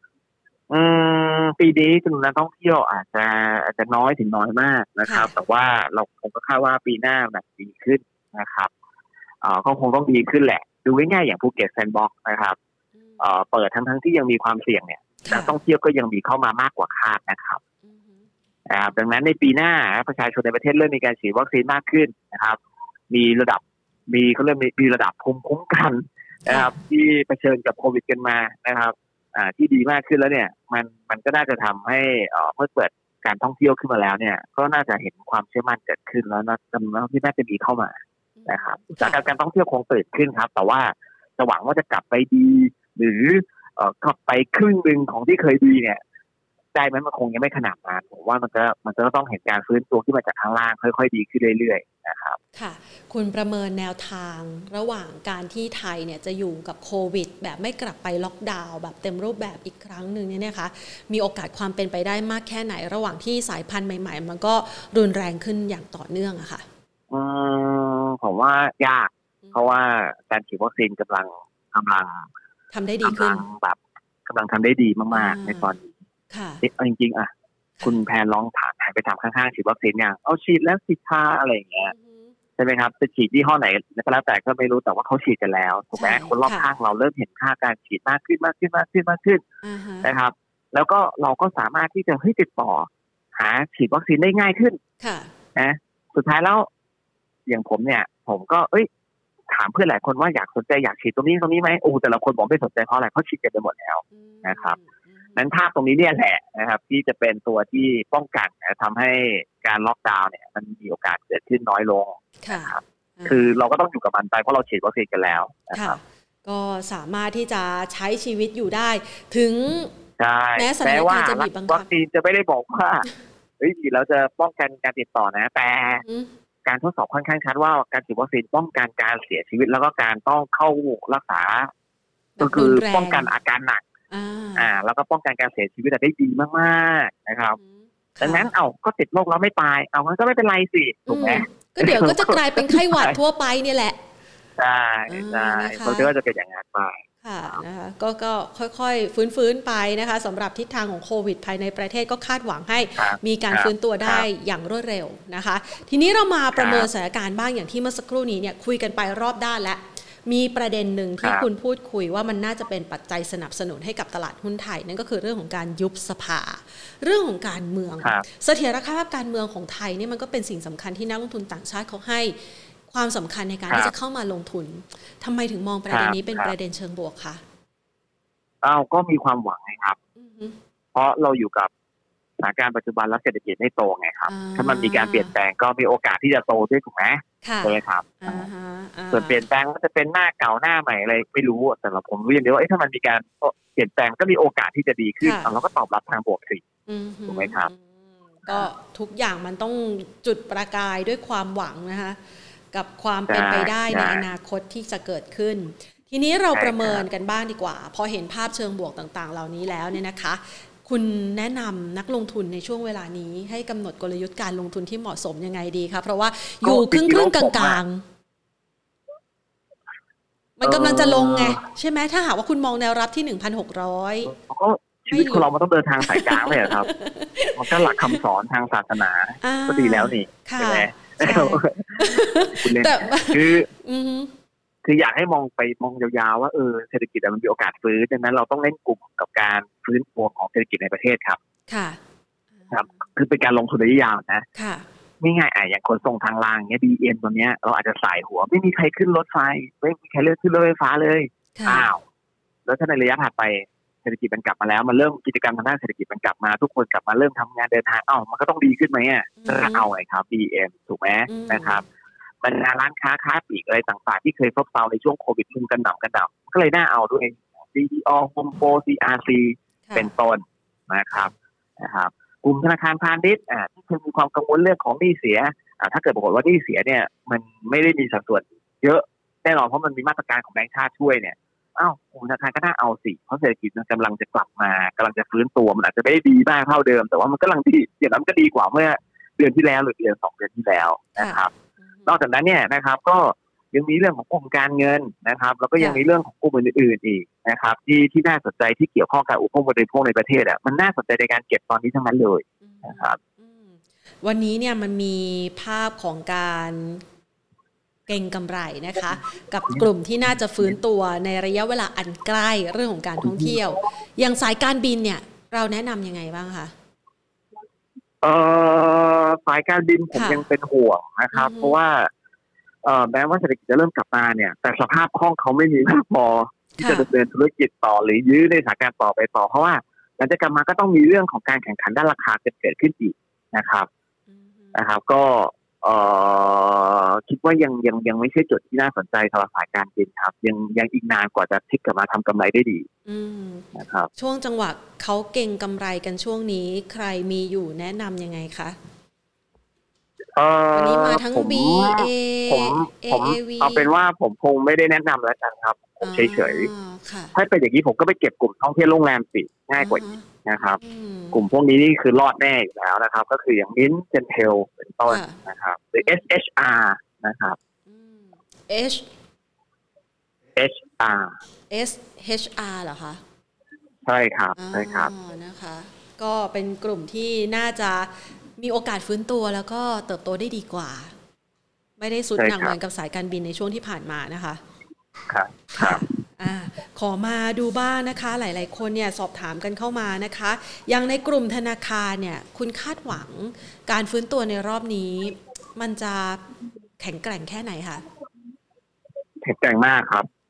ปีนี้จำนวนนักท่องเที่ยวอาจจะน้อยถึงน้อยมากนะครับแต่ว่าเราคงก็คาดว่าปีหน้ามันดีขึ้นนะครับก็คงต้องดีขึ้นแหละดูง่ายๆอย่างภูเก็ตแซนด์บ็อกซ์นะครับเปิดทั้งที่ยังมีความเสี่ยงเนี่ยนักท่องเที่ยวก็ยังมีเข้ามามากกว่าคาดนะครับดังนั้นในปีหน้าประชาชนในประเทศเริ่มมีการฉีดวัคซีนมากขึ้นนะครับมีระดับภูมิคุ้มกันนะครับที่เผชิญกับโควิดกันมานะครับที่ดีมากขึ้นแล้วเนี่ยมันก็น่าจะทำให้เมื่อเปิดการท่องเที่ยวขึ้นมาแล้วเนี่ยก็น่าจะเห็นความเชื่อมั่นเกิดขึ้นแล้วจำนวนที่น่าจะมีเข้ามานะครับจากการท่องเที่ยวคงเปิดขึ้นครับแต่ว่าจะหวังว่าจะกลับไปดีหรือกลับไปครึ่งนึงของที่เคยดีเนี่ยได้ไหมมันคงยังไม่ขนาดนั้นผมว่ามันจะต้องเห็นการฟื้นตัวที่มาจากข้างล่างค่อยๆดีขึ้นเรื่อยๆนะครับค่ะคุณประเมินแนวทางระหว่างการที่ไทยเนี่ยจะอยู่กับโควิดแบบไม่กลับไปล็อกดาวน์แบบเต็มรูปแบบอีกครั้งนึงเนี่ยนะคะมีโอกาสความเป็นไปได้มากแค่ไหนระหว่างที่สายพันธุ์ใหม่ๆมันก็รุนแรงขึ้นอย่างต่อเนื่องอะค่ะผมว่ายากเพราะว่าการฉีดวัคซีนกำลังทำได้ดีขึ้นแบบกำลังทำได้ดีมากๆในตอนนี้จริงๆคุณแพนลองถามไปถามข้างๆฉีดวัคซีนอย่างเอาฉีดแล้วสิทาอะไรอย่างเงี้ยใช่ไหมครับจะฉีดยี่ห้อไหนก็แล้วแต่ก็ไม่รู้แต่ว่าเขาฉีดกันแล้วถูกไหมคนรอบข้างเราเริ่มเห็นค่าการฉีดมากขึ้นนะครับแล้วก็เราก็สามารถที่จะติดต่อหาฉีดวัคซีนได้ง่ายขึ้นนะสุดท้ายแล้วอย่างผมเนี่ยผมก็ถามเพื่อนหลายคนว่าอยากสนใจอยากฉีดตรงนี้ไหมโอ้แต่ละคนบอกไม่สนใจเพราะอะไรเขาฉีดกันไปหมดแล้วนะครับนั้นภาพตรงนี้เนี่ยแหละนะครับที่จะเป็นตัวที่ป้องกันทำให้การล็อกดาวน์เนี่ยมันมีโอกาสเกิดขึ้นน้อยลงนะครับคือเราก็ต้องอยู่กับมันไปเพราะเราฉีดวัคซีนกันแล้วนะครับก็สามารถที่จะใช้ชีวิตอยู่ได้ถึงแม้สถานการณ์จะบีบบังคับวัคซีนจะไม่ได้บอกว่าฉีดแล้วจะป้องกันการติดต่อนะแต่การทดสอบค่อนข้างชัดว่าการฉีดวัคซีนป้องกันการเสียชีวิตแล้วก็การต้องเข้ารักษาก็คือป้องกันอาการหนักแล้วก็ป้องกันการเสียชีวิตได้ดีมากๆนะครับดังนั้นก็ติดโรคแล้วไม่ตายงั้นก็ไม่เป็นไรสิถูกไหมก็เดี๋ยวก็จะกลายเป็นไข้หวัดทั่วไปนี่แหละใช่เขาก็จะเป็นอย่างนั้นไปค่ะนะคะก็ค่อยๆฟื้นไปนะคะสำหรับทิศทางของโควิดภายในประเทศก็คาดหวังให้มีการฟื้นตัวได้อย่างรวดเร็วนะคะทีนี้เรามาประเมินสถานการณ์บ้างอย่างที่เมื่อสักครู่นี้เนี่ยคุยกันไปรอบด้านแล้วมีประเด็นหนึ่งที่คุณพูดคุยว่ามันน่าจะเป็นปัจจัยสนับสนุนให้กับตลาดหุ้นไทยนั่นก็คือเรื่องของการยุบสภาเรื่องของการเมืองเสถียรภาพการเมืองของไทยนี่มันก็เป็นสิ่งสำคัญที่นักลงทุนต่างชาติเขาให้ความสำคัญในการที่จะเข้ามาลงทุนทำไมถึงมองประเด็นนี้เป็นประเด็นเชิงบวกคะก็มีความหวังไงครับเพราะเราอยู่กับสถานการณ์ปัจจุบันและเศรษฐกิจไม่โตไงครับถ้ามันมีการเปลี่ยนแปลงก็มีโอกาสที่จะโตด้วยถูกไหมใช่ไหมครับส่วนเปลี่ยนแปลงก็จะเป็นหน้าเก่าหน้าใหม่อะไรไม่รู้แต่เราผมรู้อย่างเดียวว่าถ้ามันมีการเปลี่ยนแปลงก็มีโอกาสที่จะดีขึ้นเราก็ตอบรับทางบวกสิถูกไหมครับก็ทุกอย่างมันต้องจุดประกายด้วยความหวังนะคะกับความเป็นไปได้ในอนาคตที่จะเกิดขึ้นทีนี้เราประเมินกันบ้างดีกว่าพอเห็นภาพเชิงบวกต่างๆเหล่านี้แล้วเนี่ยนะคะคุณแนะนำนักลงทุนในช่วงเวลานี้ให้กำหนดกลยุทธ์การลงทุนที่เหมาะสมยังไงดีคะเพราะว่าอยู่ครึ่งกลางๆมันกำลังจะลงไงใช่ไหมถ้าหากว่าคุณมองแนวรับที่ 1,600 ก็ชีวิตของเรามันต้องเดินทางสายกลางเลยครับมันก็หลักคำสอนทางศาสนาก็ดีแล้วนี่ใช่ไหมแต่คืออยากให้มองยาวๆว่าเศรษฐกิจมันมีโอกาสฟื้นดังนั้นเราต้องเล่นกลุ่มกับการฟื้นตัวของเศรษฐกิจในประเทศครับครับคือเป็นการลงทุนระยะยาวนะไม่ง่ายอย่างคนส่งทางรางเงี้ย BM ตัวเนี้ยเราอาจจะสายหัวไม่มีใครขึ้นรถไฟไม่มีใครเลือกขึ้นรถไฟฟ้าเลยแล้วถ้าในระยะถัดไปเศรษฐกิจมันกลับมาแล้วมันเริ่มกิจกรรมทางด้านเศรษฐกิจมันกลับมาทุกคนกลับมาเริ่มทำงานเดินทางมันก็ต้องดีขึ้นไหมถ้าเอาไงครับ BM ถูกไหมนะครับบรรดาร้านค้าปลีกอะไรต่างๆที่เคยซบเซาในช่วงโควิดขึ้นกันดับก็เลยน่าเอาด้วย CDO Home Pro CRC เป็นต้นนะครับกลุ่มธนาคารพาณิชย์ที่เคยมีความกังวลเรื่องของหนี้เสียถ้าเกิดปรากฏว่าหนี้เสียเนี่ยมันไม่ได้มีสัดส่วนเยอะแน่นอนเพราะมันมีมาตรการของแบงก์ชาติช่วยเนี่ยกลุ่มธนาคารก็น่าเอาสิเพราะเศรษฐกิจมันกำลังจะกลับมากำลังจะฟื้นตัวมันอาจจะไม่ได้ดีมากเท่าเดิมแต่ว่ามันกำลังดีอย่างนั้นก็ดีกว่าเมื่อเดือนที่แล้วหรือเดือน2 เดือนที่แล้วนะครับนอกจากนั้นเนี่ยนะครับก็ยังมีเรื่องของกลุ่มการเงินนะครับแล้วก็ยังมีเรื่องของกลุ่มอื่นๆอีกนะครับที่น่าสนใจที่เกี่ยวข้องกับอุปโภคบริโภคในประเทศมันน่าสนใจในการเก็บตอนนี้ทั้งนั้นเลยนะครับวันนี้เนี่ยมันมีภาพของการเก็งกำไรนะคะกับกลุ่มที่น่าจะฟื้นตัวในระยะเวลาอันใกล้เรื่องของการท่องเที่ยวอย่างสายการบินเนี่ยเราแนะนำยังไงบ้างคะสายการบินผมยังเป็นห่วงนะครับเพราะว่าแม้ว่าเศรษฐกิจจะเริ่มกลับมาเนี่ยแต่สภาพคล่องเขาไม่มีมากพอที่จะดำเนินธุรกิจต่อหรือยื้อในสถานการณ์ต่อไปต่อเพราะว่าหลังจากกลับมาก็ต้องมีเรื่องของการแข่งขันด้านราคาเกิดขึ้นอีกนะครับก็คิดว่ายังไม่ใช่จุดที่น่าสนใจสำหรับสายการบินครับยังอีกนานกว่าจะพลิกกลับมาทำกำไรได้ดีนะครับช่วงจังหวะเขาเก็งกำไรกันช่วงนี้ใครมีอยู่แนะนำยังไงคะวันนี้มาทั้ง BA ผมเอาเป็นว่าผมคงไม่ได้แนะนำแล้วกันครับผมเฉยๆถ้าเป็นอย่างนี้ผมก็ไปเก็บกลุ่มท่องเที่ยวโรงแรมสิง่ายกว่าอีกนะครับกลุ่มพวกนี้นี่คือรอดแน่อยู่แล้วนะครับก็คืออย่างมิ้นเจนเทลเป็นต้นนะครับหรือ SHR นะครับ SHR เหรอคะใช่ครับนะคะก็เป็นกลุ่มที่น่าจะมีโอกาสฟื้นตัวแล้วก็เติบโตได้ดีกว่าไม่ได้สุดหนักเหมือนกับสายการบินในช่วงที่ผ่านมานะคะครับขอมาดูบ้างนะคะหลายๆคนเนี่ยสอบถามกันเข้ามานะคะอย่างในกลุ่มธนาคารเนี่ยคุณคาดหวังการฟื้นตัวในรอบนี้มันจะแข็งแกร่งแค่ไหนคะแข็งแกร่งมากครับ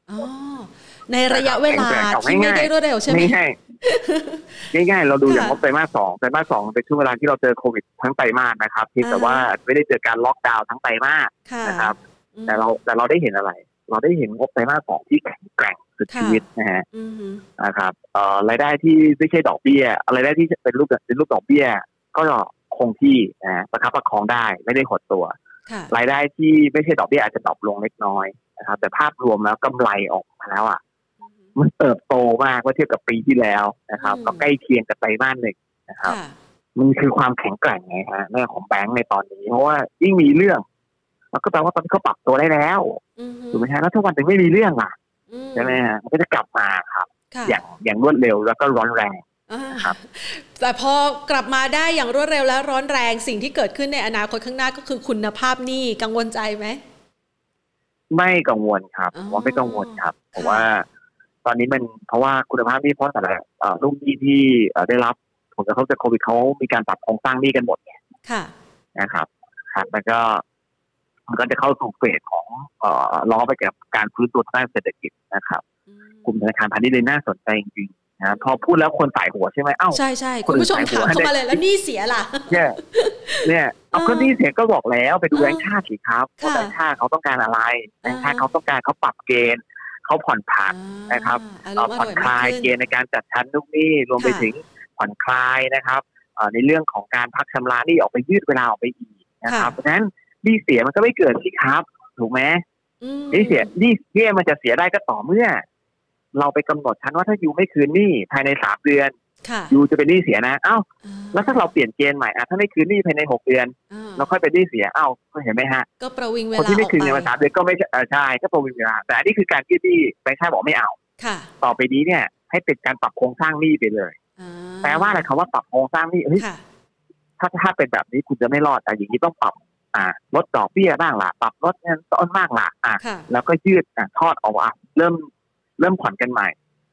อ๋อในระยะเวลาที่ไม่ได้รวดเร็วใช่ไหมง่ายเราดูอย่างงบไตรมาส 2เป็นช่วงเวลาที่เราเจอโควิดทั้งไตรมาสนะครับเพียงแต่ว่าไม่ได้เจอการล็อกดาวน์ทั้งไตรมาสนะครับแต่เราได้เห็นอะไรเราได้เห็นงบไตรมาส 2ที่แข็งแกร่งสุดชีวิตนะฮะนะครับรายได้ที่ไม่ใช่ดอกเบี้ยรายได้ที่เป็นรูปดอกเบี้ยก็คงที่นะประคับประคองได้ไม่ได้หดตัวรายได้ที่ไม่ใช่ดอกเบี้ยอาจจะดรอปลงเล็กน้อยนะครับแต่ภาพรวมแล้วกำไรออกมาแล้วมันเติบโตมากเมื่อเทียบกับปีที่แล้วนะครับก็ใกล้เคียงกับไตรมาส 1นะครับมันคือความแข็งแกร่งไงฮะในของแบงก์ในตอนนี้เพราะว่ายิ่งมีเรื่องมันก็แปลว่าตอนนี้เขาปรับตัวได้แล้วถูกไหมฮะแล้วถ้าวันหนึ่งไม่มีเรื่องล่ะใช่ไหมฮะมันก็จะกลับมาครับอย่างรวดเร็วแล้วก็ร้อนแรงครับแต่พอกลับมาได้อย่างรวดเร็วและร้อนแรงสิ่งที่เกิดขึ้นในอนาคตข้างหน้าก็คือคุณภาพหนี้กังวลใจไหมไม่กังวลครับว่าไม่กังวลครับเพราะว่าตอนนี้มันเพราะว่าคุณภาพหนี้เพราะแต่ละลูกหนี้ที่ได้รับผลกระทบจากโควิดเขามีการปรับโครงสร้างหนี้กันหมดเนี่ยนะครับมันก็จะเข้าสู่เฟสของล้อไปกับการฟื้นตัวทางด้านเศรษฐกิจนะครับกลุ่มธนาคารพาณิชย์เลยน่าสนใจจริงๆนะพอพูดแล้วคนสายหัวใช่ไหมใช่ๆคุณผู้ชมถามเข้ามาเลยแล้วหนี้เสียล่ะเนี่ยเอาก็หนี้เสียก็บอกแล้วไปดูแบงค์ชาติสิครับว่าแบงค์ชาติเขาต้องการอะไรแบงค์ชาติเขาต้องการเขาปรับเกณฑ์เขาผ่อนผันนะครับผ่อนคลายเกณฑ์ในการจัดชั้นลูกหนี้รวมไปถึงผ่อนคลายนะครับในเรื่องของการพักชำระหนี้ออกไปยืดเวลาออกไปอีกนะครับเพราะฉะนั้นหนี้เสียมันก็ไม่เกิดสิครับถูกไหมหนี้เสียหนี้มันจะเสียได้ก็ต่อเมื่อเราไปกำหนดชั้นว่าถ้ายูไม่คืนหนี้ภายใน3 เดือนยูจะเป็นหนี้เสียนะแล้วถ้าเราเปลี่ยนเกณฑ์ใหม่ถ้าไม่คืนหนี้ภายใน6 เดือนเราค่อยเป็นหนี้เสียก็เห็นไหมฮะก็ประวิงเวลาคนที่ไม่คืนในวัน3 เดือนก็ไม่ใช่ก็ประวิงเวลาแต่อันนี้คือการที่แบงค์ชาติบอกไม่เอาต่อไปนี้เนี่ยให้เป็นการปรับโครงสร้างหนี้ไปเลยแปลว่าอะไรคำว่าปรับโครงสร้างหนี้ถ้าเป็นแบบนี้คุณจะไม่รอดแต่อย่างนี้ต้องปรับลดดอกเบี้ยบ้างล่ะปรับลดเงินต้นบ้างล่ะแล้วก็ยืดทอดออกเริ่มผ่อนกันใหม่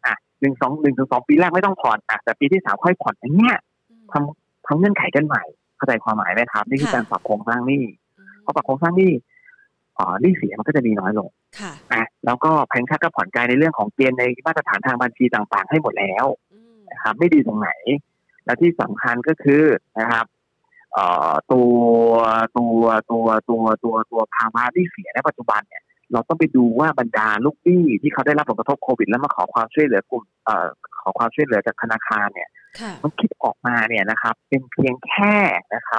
1-2 ปีแรกไม่ต้องผ่อนแต่ปีที่3ค่อยผ่อนอย่างเงี้ยทำเงื่อนไขกันใหม่เข้าใจความหมายไหมครับนี่คือการปรับโครงสร้างหนี้พอปรับโครงสร้างหนี้หนี้เสียมันก็จะมีน้อยลงแล้วก็แบงค์ชาติก็ผ่อนคลายในเรื่องของเกณฑ์ในมาตรฐานทางบัญชีต่างๆให้หมดแล้วนะครับไม่ดีตรงไหนและที่สำคัญก็คือนะครับตัวภาวะหนี้เสียในปัจจุบันเนี่ยเราต้องไปดูว่าบรรดาลูกหนี้ที่เขาได้รับผลกระทบโควิดแล้วมาขอความช่วยเหลือกลุ่มขอความช่วยเหลือจากธนาคารเนี่ยมันคิดออกมาเนี่ยนะครับเป็นเพียงแค่นะครับ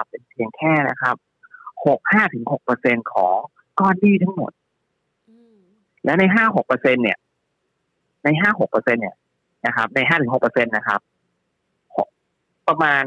5-6% ของก้อนหนี้ทั้งหมดและใน 5-6% เนี่ยนะครับใน 5-6% นะครับประมาณ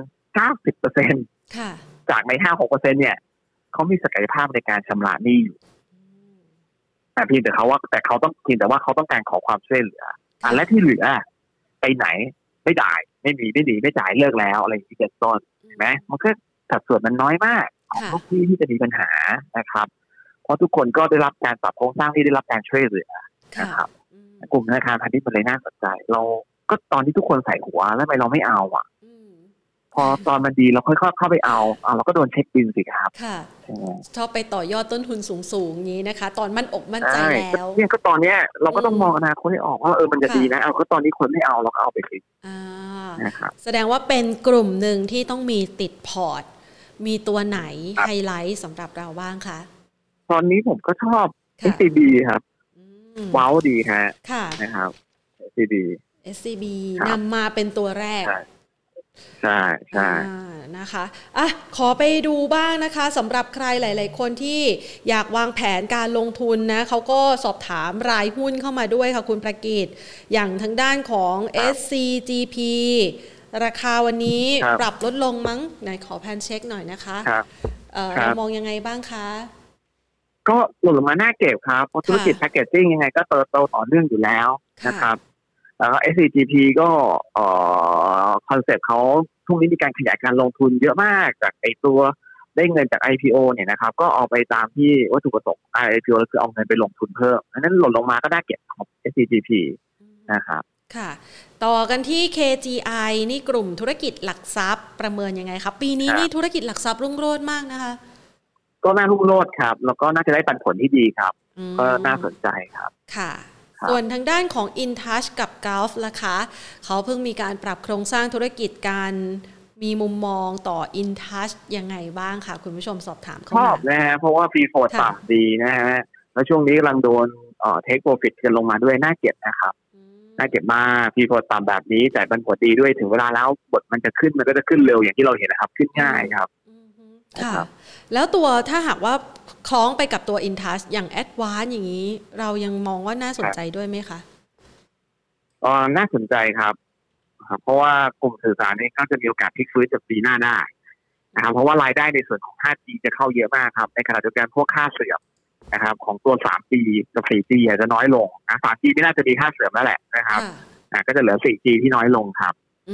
90% จากใน 5-6% เนี่ยเขามีศักยภาพในการชำระหนี้อยู่แต่เพียงแต่เขาต้องการขอความช่วยเหลือและที่เหลือไปไหนไม่จ่ายไม่จ่ายเลิกแล้วอะไรอย่างนี้เป็นต้นเห็นไหมมันก็สัดส่วนมันน้อยมากของลูกหนี้ที่จะมีปัญหานะครับเพราะทุกคนก็ได้รับการปรับโครงสร้างที่ได้รับการช่วยเหลือนะครับกลุ่มธนาคารพาณิชย์มันเลยน่าสนใจเราก็ตอนที่ทุกคนใส่หัวแล้วทำไมเราไม่เอาพอตอนมันดีเราค่อยๆเข้าไปเอาเราก็โดนเช็คบิลสิครับชอบไปต่อยอดต้นทุนสูงๆอย่างนี้นะคะตอนมั่นอกมั่นใจแล้วเนี่ยก็ตอนเนี้ยเราก็ต้องมองอนาคตให้ออกว่ามันจะดีนะก็ตอนนี้คนไม่เอาเราก็เอาไปสินะครับแสดงว่าเป็นกลุ่มหนึ่งที่ต้องมีติดพอร์ตมีตัวไหนไฮไลท์สำหรับเราบ้างคะตอนนี้ผมก็ชอบ SCB ครับว้าวดีฮะนะครับ SCB นำมาเป็นตัวแรกใช่นะคะขอไปดูบ้างนะคะสำหรับใครหลายๆคนที่อยากวางแผนการลงทุนนะเขาก็สอบถามรายหุ้นเข้ามาด้วยค่ะคุณประกิตอย่างทางด้านของ SCGP ราคาวันนี้ปรับลดลงมั้งไหนขอแพนเช็คหน่อยนะคะเรามองยังไงบ้างคะก็หล่นลงมาหน้าเก็บครับเพราะธุรกิจแพคเกจจิ้งยังไงก็เติบโตต่อเนื่องอยู่แล้วนะครับแล้วก็ SCGP ก็คอนเซ็ปต์เขาช่วงนี้มีการขยายการลงทุนเยอะมากจากไอตัวได้เงินจาก IPO เนี่ยนะครับก็เอาไปตามที่วัตถุประสงค์ IPO คือเอาเงินไปลงทุนเพิ่มนั้นหล่นลงมาก็น่าเก็บของ SCGP นะครับค่ะต่อกันที่ KGI นี่กลุ่มธุรกิจหลักทรัพย์ประเมินยังไงครับปีนี้นี่ธุรกิจหลักทรัพย์รุ่งโรจน์มากนะคะก็น่ารุ่งโรจน์ครับแล้วก็น่าจะได้ปันผลที่ดีครับก็น่าสนใจครับค่ะส่วนทางด้านของ InTouch กับ Gulf ล่ะคะเขาเพิ่งมีการปรับโครงสร้างธุรกิจการมีมุมมองต่อ InTouch ยังไงบ้างคะคุณผู้ชมสอบถามเข้ามาชอบนะฮะเพราะว่า Free Float ต่ำดีนะฮะแล้วช่วงนี้กำลังโดนTake Profit กันลงมาด้วยน่าเก็บนะครับน่าเก็บมาก Free Float ต่ำแบบนี้แต่มันผลดีด้วยถึงเวลาแล้วบทมันจะขึ้นมันก็จะขึ้นเร็วอย่างที่เราเห็นนะครับขึ้นง่ายครับค่ะแล้วตัวถ้าหากว่าคล้องไปกับตัว InTouch อย่าง Advance อย่างนี้เรายังมองว่าน่าสนใจด้วยไหมคะน่าสนใจครับเพราะว่ากลุ่มสื่อสารนี้ก็จะมีโอกาสพลิกฟื้นจากปีหน้าได้นะครับเพราะว่ารายได้ในส่วนของ 5G จะเข้าเยอะมากครับในขณะเดียวกันพวกค่าเสื่อมนะครับของตัว 3G กับ 4G จะน้อยลง3G ไม่น่าจะมีค่าเสื่อมแล้วแหละนะครับก็จะเหลือ 4G ที่น้อยลงครับ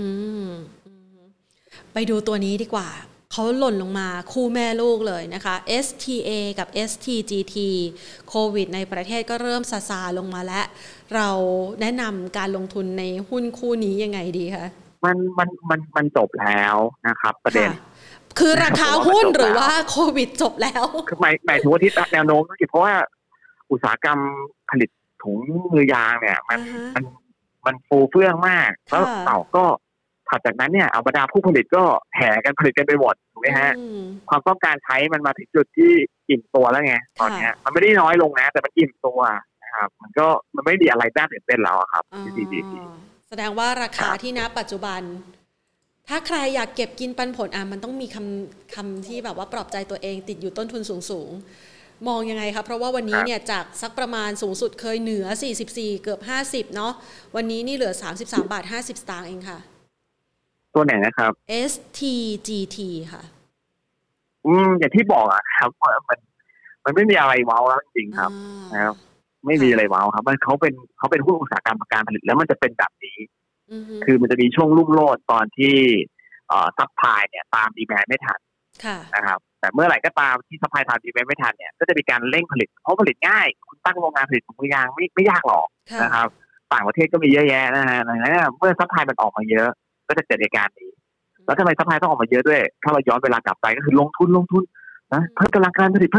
ไปดูตัวนี้ดีกว่าเขาหล่นลงมาคู่แม่ลูกเลยนะคะ STA กับ STGT โควิดในประเทศก็เริ่มซาลงมาแล้วเราแนะนำการลงทุนในหุ้นคู่นี้ยังไงดีคะมันจบแล้วนะครับประเด็นคือราคาหุ้นหรือว่าโควิดจบแล้วคือหมายถึงว่าที่แนวโน้มก็คือเพราะว่าอุตสาหกรรมผลิตถุงมือยางเนี่ยมันฟูเฟื่องมากแล้วก็ถัดจากนั้นเนี่ยบรรดาผู้ผลิตก็แห่กันผลิตกันไปหมดถูกไหมฮะความต้องการใช้มันมาถึงจุดที่อิ่มตัวแล้วไงตอนนี้มันไม่ได้น้อยลงนะแต่มันอิ่มตัวนะครับมันไม่มีอะไรน่าตื่นเต้นแล้วครับแสดงว่าราคาที่ณปัจจุบันถ้าใครอยากเก็บกินปันผลมันต้องมีคำที่แบบว่าปลอบใจตัวเองติดอยู่ต้นทุนสูงมองยังไงคะเพราะว่าวันนี้เนี่ยจากสักประมาณสูงสุดเคยเหนือ44เกือบ50เนาะวันนี้นี่เหลือ33.50 บาทเองค่ะตัวไหนนะครับ STGT ค่ะอย่างที่บอกครับมันไม่มีอะไรว้าวแล้วจริงๆครับนะครับไม่มีอะไรว้าวครับเขาเป็นหุ้นอุตสาหกรรมการผลิตแล้วมันจะเป็นแบบนี้คือมันจะมีช่วงรุ่งโรจน์ตอนที่ซัพพลายเนี่ยตามดีแมนด์ไม่ทันนะครับแต่เมื่อไหร่ก็ตามที่ซัพพลายตามดีแมนด์ไม่ทันเนี่ยก็จะมีการเร่งผลิตเพราะผลิตง่ายคุณตั้งโรงงานผลิตถุงมือยางไม่ยากหรอกนะครับต่างประเทศก็มีเยอะแยะนะฮะเมื่อซัพพลายมันออกมาเยอะก็จะเกิดเหตุการณ์นี้แล้วทำไมซัพพลายต้องออกมาเยอะด้วยถ้าเราย้อนเวลากลับไปก็คือลงทุนนะเพิ่มกำลังการผลิต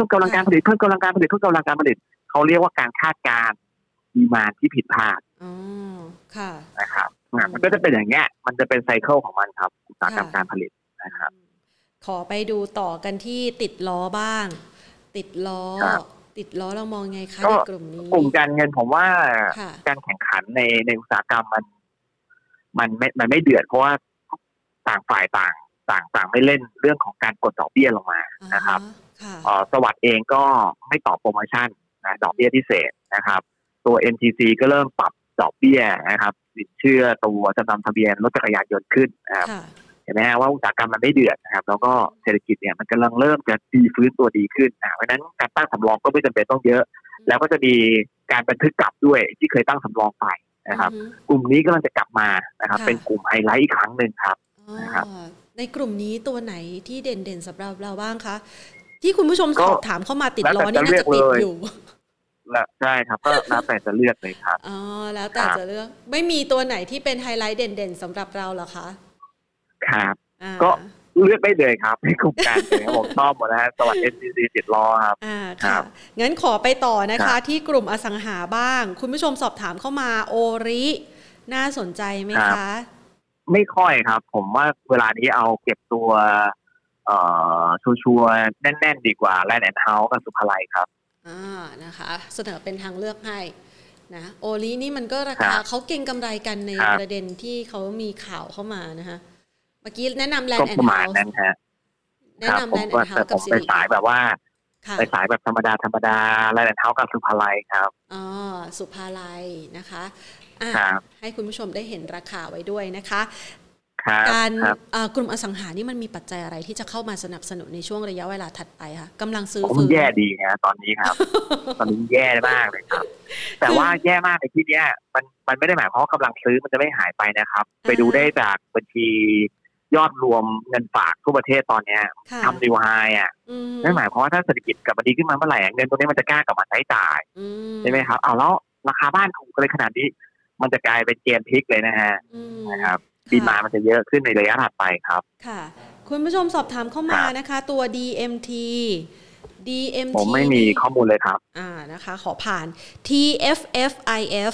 เขาเรียกว่าการคาดการณ์ดีมานด์ที่ผิดพลาดค่ะนะครับมันก็จะเป็นอย่างเงี้ยมันจะเป็นไซเคิลของมันครับอุตสาหกรรมการผลิตนะครับขอไปดูต่อกันที่ติดล้อบ้างติดล้อเรามองไงคะในกลุ่มนี้กลุ่มการเงินผมว่าการแข่งขันในอุตสาหกรรมมันไม่เดือดเพราะว่าต่างฝ่ายต่างไม่เล่นเรื่องของการกดดอกเบี้ยลงมานะครับสวัสด์เองก็ไม่ต่อโปรโมชั่นนะดอกเบี้ยพิเศษนะครับตัว MTC ก็เริ่มปรับดอกเบี้ยนะครับสินเชื่อตัวจำนำทะเบียนรถจักรยานยนต์ขึ้นนะครับเห็นไหมฮะว่าอุตสาหกรรมมันไม่เดือดนะครับแล้วก็เศรษฐกิจเนี่ยมันกำลังเริ่มจะดีฟื้นตัวดีขึ้นเพราะฉะนั้นการตั้งสำรองก็ไม่จำเป็นต้องเยอะแล้วก็จะมีการบันทึกกลับด้วยที่เคยตั้งสำรองไปนะครับกลุ่มนี้กำลังจะกลับมานะครับเป็นกลุ่มไฮไลท์อีกครั้งหนึ่งครับนะครับในกลุ่มนี้ตัวไหนที่เด่นๆสำหรับเราบ้างคะที่คุณผู้ชมสอบถามเข้ามาติดล้อนี่น่าจะติดอยู่ใช่ครับก็แล้วแต่จะเลือกเลยครับแล้วแต่จะเลือกไม่มีตัวไหนที่เป็นไฮไลท์เด่นๆสำหรับเราเหรอคะครับก็เลือกได้เลยครับในกลุ่มการเงินผมชอบหมดนะสวัสดิ์ NCC ติดล้อครับค่ะงั้นขอไปต่อนะคะที่กลุ่มอสังหาบ้างคุณผู้ชมสอบถามเข้ามาโอริน่าสนใจไหมคะไม่ค่อยครับผมว่าเวลานี้เอาเก็บตัวชัวร์แน่นๆดีกว่าแลนด์แอนด์เฮาส์กับสุภาลัยครับนะคะเสนอเป็นทางเลือกให้นะโอรินี่มันก็ราคาเขาเก็งกำไรกันในประเด็นที่เขามีข่าวเข้ามานะคะเมื่อกี้แนะนำแลนด์แอนด์เฮาส์แนะนำแลนด์แอนด์เฮาส์กับสิริไปสายแบบว่าไปสายแบบธรรมดาแลนด์แอนด์เฮาส์กับสุภาลัยครับสุภาลัยนะคะให้คุณผู้ชมได้เห็นราคาไว้ด้วยนะคะการกลุ่มอสังหานี่มันมีปัจจัยอะไรที่จะเข้ามาสนับสนุนในช่วงระยะเวลาถัดไปคะกำลังซื้อฟื้นแย่ดีนะตอนนี้ครับ ตอนนี้แย่มากเลยครับแต่ว่าแย่มากในที่นี้มันไม่ได้หมายความว่ากำลังซื้อมันจะไม่หายไปนะครับไปดูได้จากบัญชียอดรวมเงินฝากทั่วประเทศตอนนี้ทำนิวไฮนั่นหมายความว่าถ้าเศรษฐกิจกลับมาดีขึ้นมาเมื่อไหร่เงินตัวนี้มันจะกล้ากลับมาใช้จ่ายใช่ไหมครับแล้วราคาบ้านถูกเลยขนาดนี้มันจะกลายเป็นเกมพลิกเลยนะฮะนะครับดีมามันจะเยอะขึ้นในระยะถัดไปครับค่ะคุณผู้ชมสอบถามเข้ามานะคะตัว DMT DMT ผมไม่มีข้อมูลเลยครับนะคะขอผ่าน TFFIF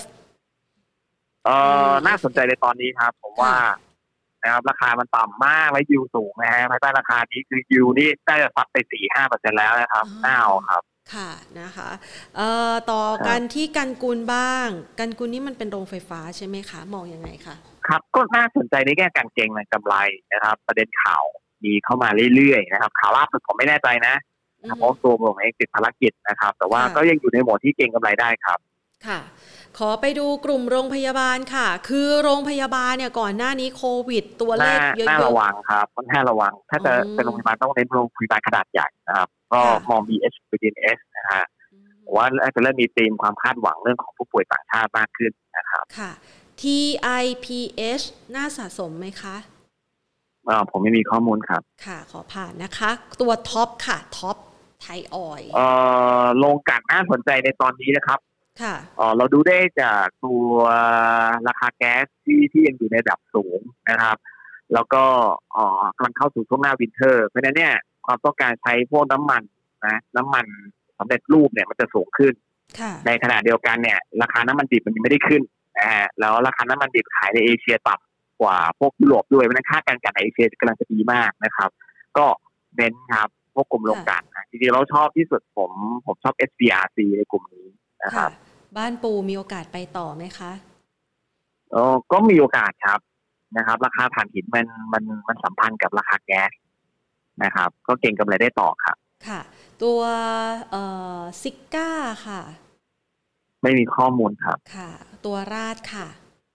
น่าสนใจในตอนนี้ครับผมว่านะครับราคามันต่ำมากและยิวสูงนะฮะภายใต้ราคานี้คือยิวนี่ได้จะซัดไป 4-5% แล้วนะครับน่าเอาครับค่ะนะคะต่อกันที่กันกุลบ้างกันกุลนี่มันเป็นโรงไฟฟ้าใช่ไหมคะมองยังไงคะครับก็น่าสนใจในแง่การเก็งกำไรนะครับประเด็นข่าวมีเข้ามาเรื่อยๆนะครับข่าวล่าสุดผมไม่แน่ใจนะเพราะตัวผมเองติดภารกิจนะครับแต่ว่าก็ยังอยู่ในโหมดที่เก็งกำไรได้ครับค่ะขอไปดูกลุ่มโรงพยาบาลค่ะคือโรงพยาบาลเนี่ยก่อนหน้านี้โควิดตัวเลขเยอะๆน่าระวังครับน่าระวังถ้าจะเป็นโรงพยาบาลต้องเน้นโรงพยาบาลขนาดใหญ่นะครับก็มอง BH ไป DNS นะฮะว่าจะเริ่มมีธีมความคาดหวังเรื่องของผู้ป่วยต่างชาติมากขึ้นนะครับค่ะ TIPH น่าสะสมไหมคะผมไม่มีข้อมูลครับค่ะขอผ่านนะคะตัวท็อปค่ะท็อปไทยออยล์โรงกลั่นน่าสนใจในตอนนี้นะครับค่ะเราดูได้จากตัวราคาแก๊สที่ยังอยู่ในระดับสูงนะครับแล้วก็กำลังเข้าสู่ช่วงหน้าวินเทอร์เพราะฉะนั้นเนี่ยความต้องการใช้พวกน้ำมันสำเร็จรูปเนี่ยมันจะสูงขึ้นในขณะเดียวกันเนี่ยราคาน้ำมันดิบมันยังไม่ได้ขึ้นแล้วราคาน้ำมันดิบขายในเอเชียต่ำกว่าพวกยุโรปด้วยเพราะฉะนั้นค่าการกลั่นในเอเชียกำลังจะดีมากนะครับก็เน้นครับพวกกลุ่มโรงกลั่นจริงๆเราชอบที่สุดผมชอบ SPRC ในกลุ่มนี้นะครับบ้านปูมีโอกาสไปต่อไหมคะก็มีโอกาสครับนะครับราคาถ่านหินมันสัมพันธ์กับราคาแก๊สนะครับก็เก่งกำไรได้ต่อครับค่ะตัวซิก้าค่ะไม่มีข้อมูลครับค่ะตัวราดค่ะ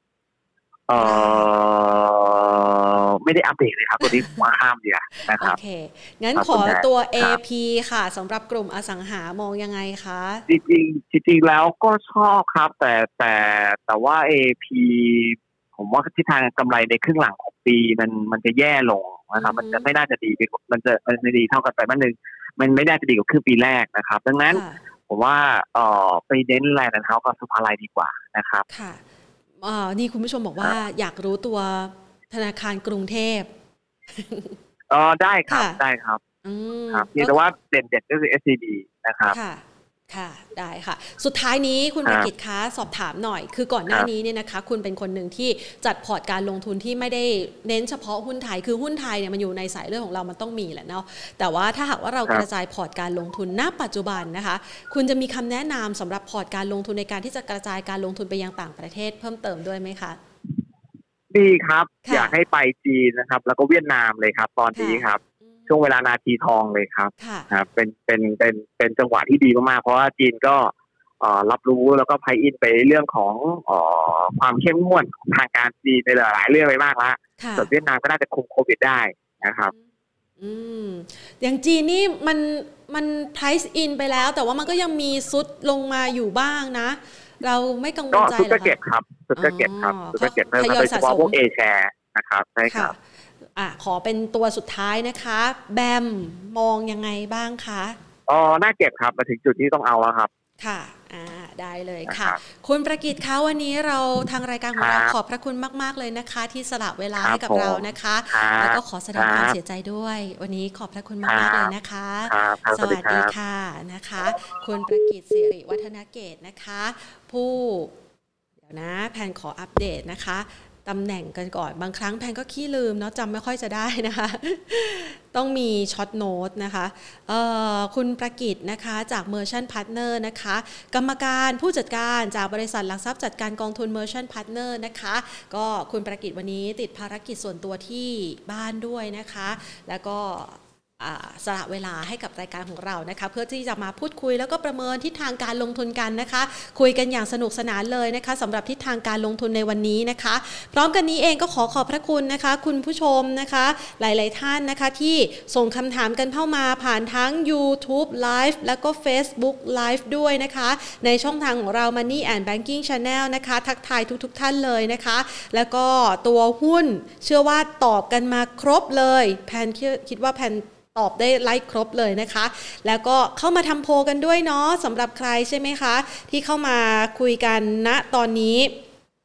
ไม่ได้อัปเดตเลยครับตัวนี้มาข้ามดีนะครับโอเคงั้นขอตัว AP ค่ะสำหรับกลุ่มอสังหามองยังไงคะจริงแล้วก็ชอบครับแต่ว่า AP ผมว่าทิศทางกำไรในครึ่งหลังของปีมันจะแย่ลงนะครับมันจะไม่น่าจะดีมันไม่ดีเท่ากันไปมันนึงมันไม่น่าจะดีกว่าครึ่งปีแรกนะครับดังนั้นผมว่าไปเน้นแลนด์เฮาส์กับสุภาลัยดีกว่านะครับค่ะนี่คุณผู้ชมบอกว่าอยากรู้ตัวธนาคารกรุงเทพได้ครับครับแต่ว่าเด่นก็คือ SCB นะครับค่ะได้ค่ะสุดท้ายนี้คุณประกิตคะสอบถามหน่อยคือก่อนหน้านี้เนี่ยนะคะคุณเป็นคนหนึ่งที่จัดพอร์ตการลงทุนที่ไม่ได้เน้นเฉพาะหุ้นไทยคือหุ้นไทยเนี่ยมันอยู่ในสายเลือดของเรามันต้องมีแหละเนาะแต่ว่าถ้าหากว่าเรากระจายพอร์ตการลงทุนณปัจจุบันนะคะคุณจะมีคำแนะนำสำหรับพอร์ตการลงทุนในการที่จะกระจายการลงทุนไปยังต่างประเทศเพิ่มเติมด้วยไหมคะดีครับอยากให้ไปจีนนะครับแล้วก็เวียดนามเลยครับตอนนี้ครับช่วงเวลานาทีทองเลยครับเป็นจังหวะที่ดีมากๆเพราะว่าจีนก็รับรู้แล้วก็ไพอินไปเรื่องของความเข้มงวดของทางการจีนในหลายเรื่องไปมากแล้วส่วนเวียดนามก็น่าจะคุมโควิดได้นะครับอย่างจีนนี่มัน price in ไปแล้วแต่ว่ามันก็ยังมีซุดลงมาอยู่บ้างนะเราไม่กังวลใจหรอคะซุดก็เก็บครับซุดก็เก็บเพิ่มโดยเฉพาะพวกเอแชร์นะครับใช่ครับขอเป็นตัวสุดท้ายนะคะแบมมองยังไงบ้างคะน่าเก็บครับมาถึงจุดที่ต้องเอาแล้วครับค่ะได้เลยค่ะคุณประกิตคะวันนี้เราทางรายการของเราขอบพระคุณมากๆเลยนะคะที่สละเวลาให้กับเรานะคะแล้วก็ขอแสดงความเสียใจด้วยวันนี้ขอบพระคุณมากๆเลยนะคะสวัสดีค่ะนะคะคุณประกิตสิริวัฒนเกตนะคะผู้เดี๋ยวนะแพนขออัปเดตนะคะตำแหน่งกันก่อนบางครั้งแพนก็ขี้ลืมเนาะจำไม่ค่อยจะได้นะคะต้องมีช็อตโน้ตนะคะคุณประกิตนะคะจาก Merchant Partner นะคะกรรมการผู้จัดการจากบริษัทหลักทรัพย์จัดการกองทุน Merchant Partner นะคะก็คุณประกิตวันนี้ติดภารกิจส่วนตัวที่บ้านด้วยนะคะแล้วก็สละเวลาให้กับรายการของเรานะคะเพื่อที่จะมาพูดคุยแล้วก็ประเมินทิศทางการลงทุนกันนะคะคุยกันอย่างสนุกสนานเลยนะคะสำหรับทิศทางการลงทุนในวันนี้นะคะพร้อมกันนี้เองก็ขอบพระคุณนะคะคุณผู้ชมนะคะหลายๆท่านนะคะที่ส่งคำถามกันเข้ามาผ่านทั้ง YouTube Live แล้วก็ Facebook Live ด้วยนะคะในช่องทางของเรา Money and Banking Channel นะคะทักทายทุกท่านเลยนะคะแล้วก็ตัวหุ้นเชื่อว่าตอบกันมาครบเลยแพนคิดว่าแพนตอบได้ไลค์ครบเลยนะคะแล้วก็เข้ามาทำโพลกันด้วยเนาะสำหรับใครใช่ไหมคะที่เข้ามาคุยกันณตอนนี้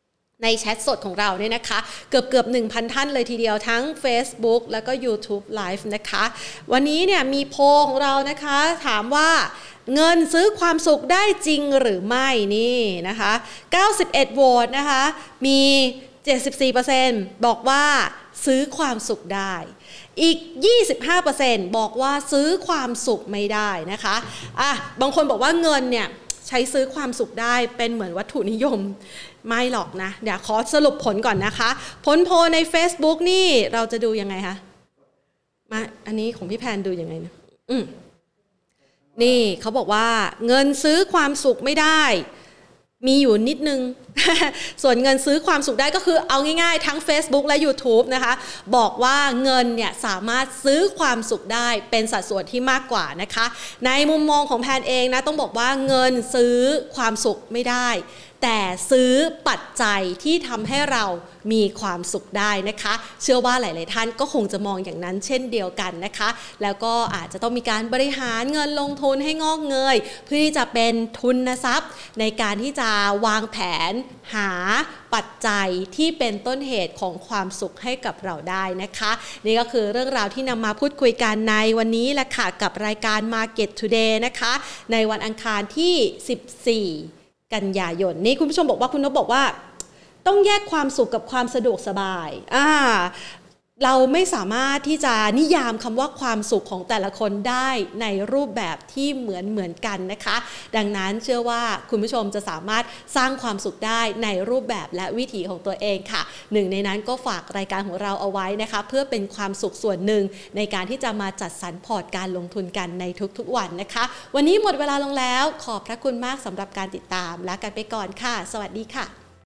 ในแชทสดของเราเนี่ยนะคะเกือบ 1,000 ท่านเลยทีเดียวทั้ง Facebook แล้วก็ YouTube Live นะคะวันนี้เนี่ยมีโพลของเรานะคะถามว่าเงินซื้อความสุขได้จริงหรือไม่นี่นะคะ91โหวตนะคะมี 74% บอกว่าซื้อความสุขได้อีก 25% บอกว่าซื้อความสุขไม่ได้นะคะบางคนบอกว่าเงินเนี่ยใช้ซื้อความสุขได้เป็นเหมือนวัตถุนิยมไม่หรอกนะเดี๋ยวขอสรุปผลก่อนนะคะผลโพลใน Facebook นี่เราจะดูยังไงคะมาอันนี้ของพี่แพนดูยังไงนะนี่เขาบอกว่าเงินซื้อความสุขไม่ได้มีอยู่นิดนึง ส่วนเงินซื้อความสุขได้ก็คือเอาง่ายๆทั้ง Facebook และ YouTube นะคะบอกว่าเงินเนี่ยสามารถซื้อความสุขได้เป็นสัดส่วนที่มากกว่านะคะในมุมมองของแพนเองนะต้องบอกว่าเงินซื้อความสุขไม่ได้แต่ซื้อปัจจัยที่ทำให้เรามีความสุขได้นะคะเชื่อว่าหลายๆท่านก็คงจะมองอย่างนั้นเช่นเดียวกันนะคะแล้วก็อาจจะต้องมีการบริหารเงินลงทุนให้งอกเงยเพื่อที่จะเป็นทุนทรัพย์ในการที่จะวางแผนหาปัจจัยที่เป็นต้นเหตุของความสุขให้กับเราได้นะคะนี่ก็คือเรื่องราวที่นำมาพูดคุยกันในวันนี้แหละค่ะกับรายการ Market Today นะคะในวันอังคารที่14กันยายนนี่คุณผู้ชมบอกว่าคุณนพบอกว่าต้องแยกความสุขกับความสะดวกสบายเราไม่สามารถที่จะนิยามคำว่าความสุขของแต่ละคนได้ในรูปแบบที่เหมือนกันนะคะดังนั้นเชื่อว่าคุณผู้ชมจะสามารถสร้างความสุขได้ในรูปแบบและวิถีของตัวเองค่ะหนึ่งในนั้นก็ฝากรายการของเราเอาไว้นะคะเพื่อเป็นความสุขส่วนหนึ่งในการที่จะมาจัดสรรพอร์ตการลงทุนกันในทุกๆวันนะคะวันนี้หมดเวลาลงแล้วขอบพระคุณมากสำหรับการติดตามลากันไปก่อนค่ะสวัสดีค่ะ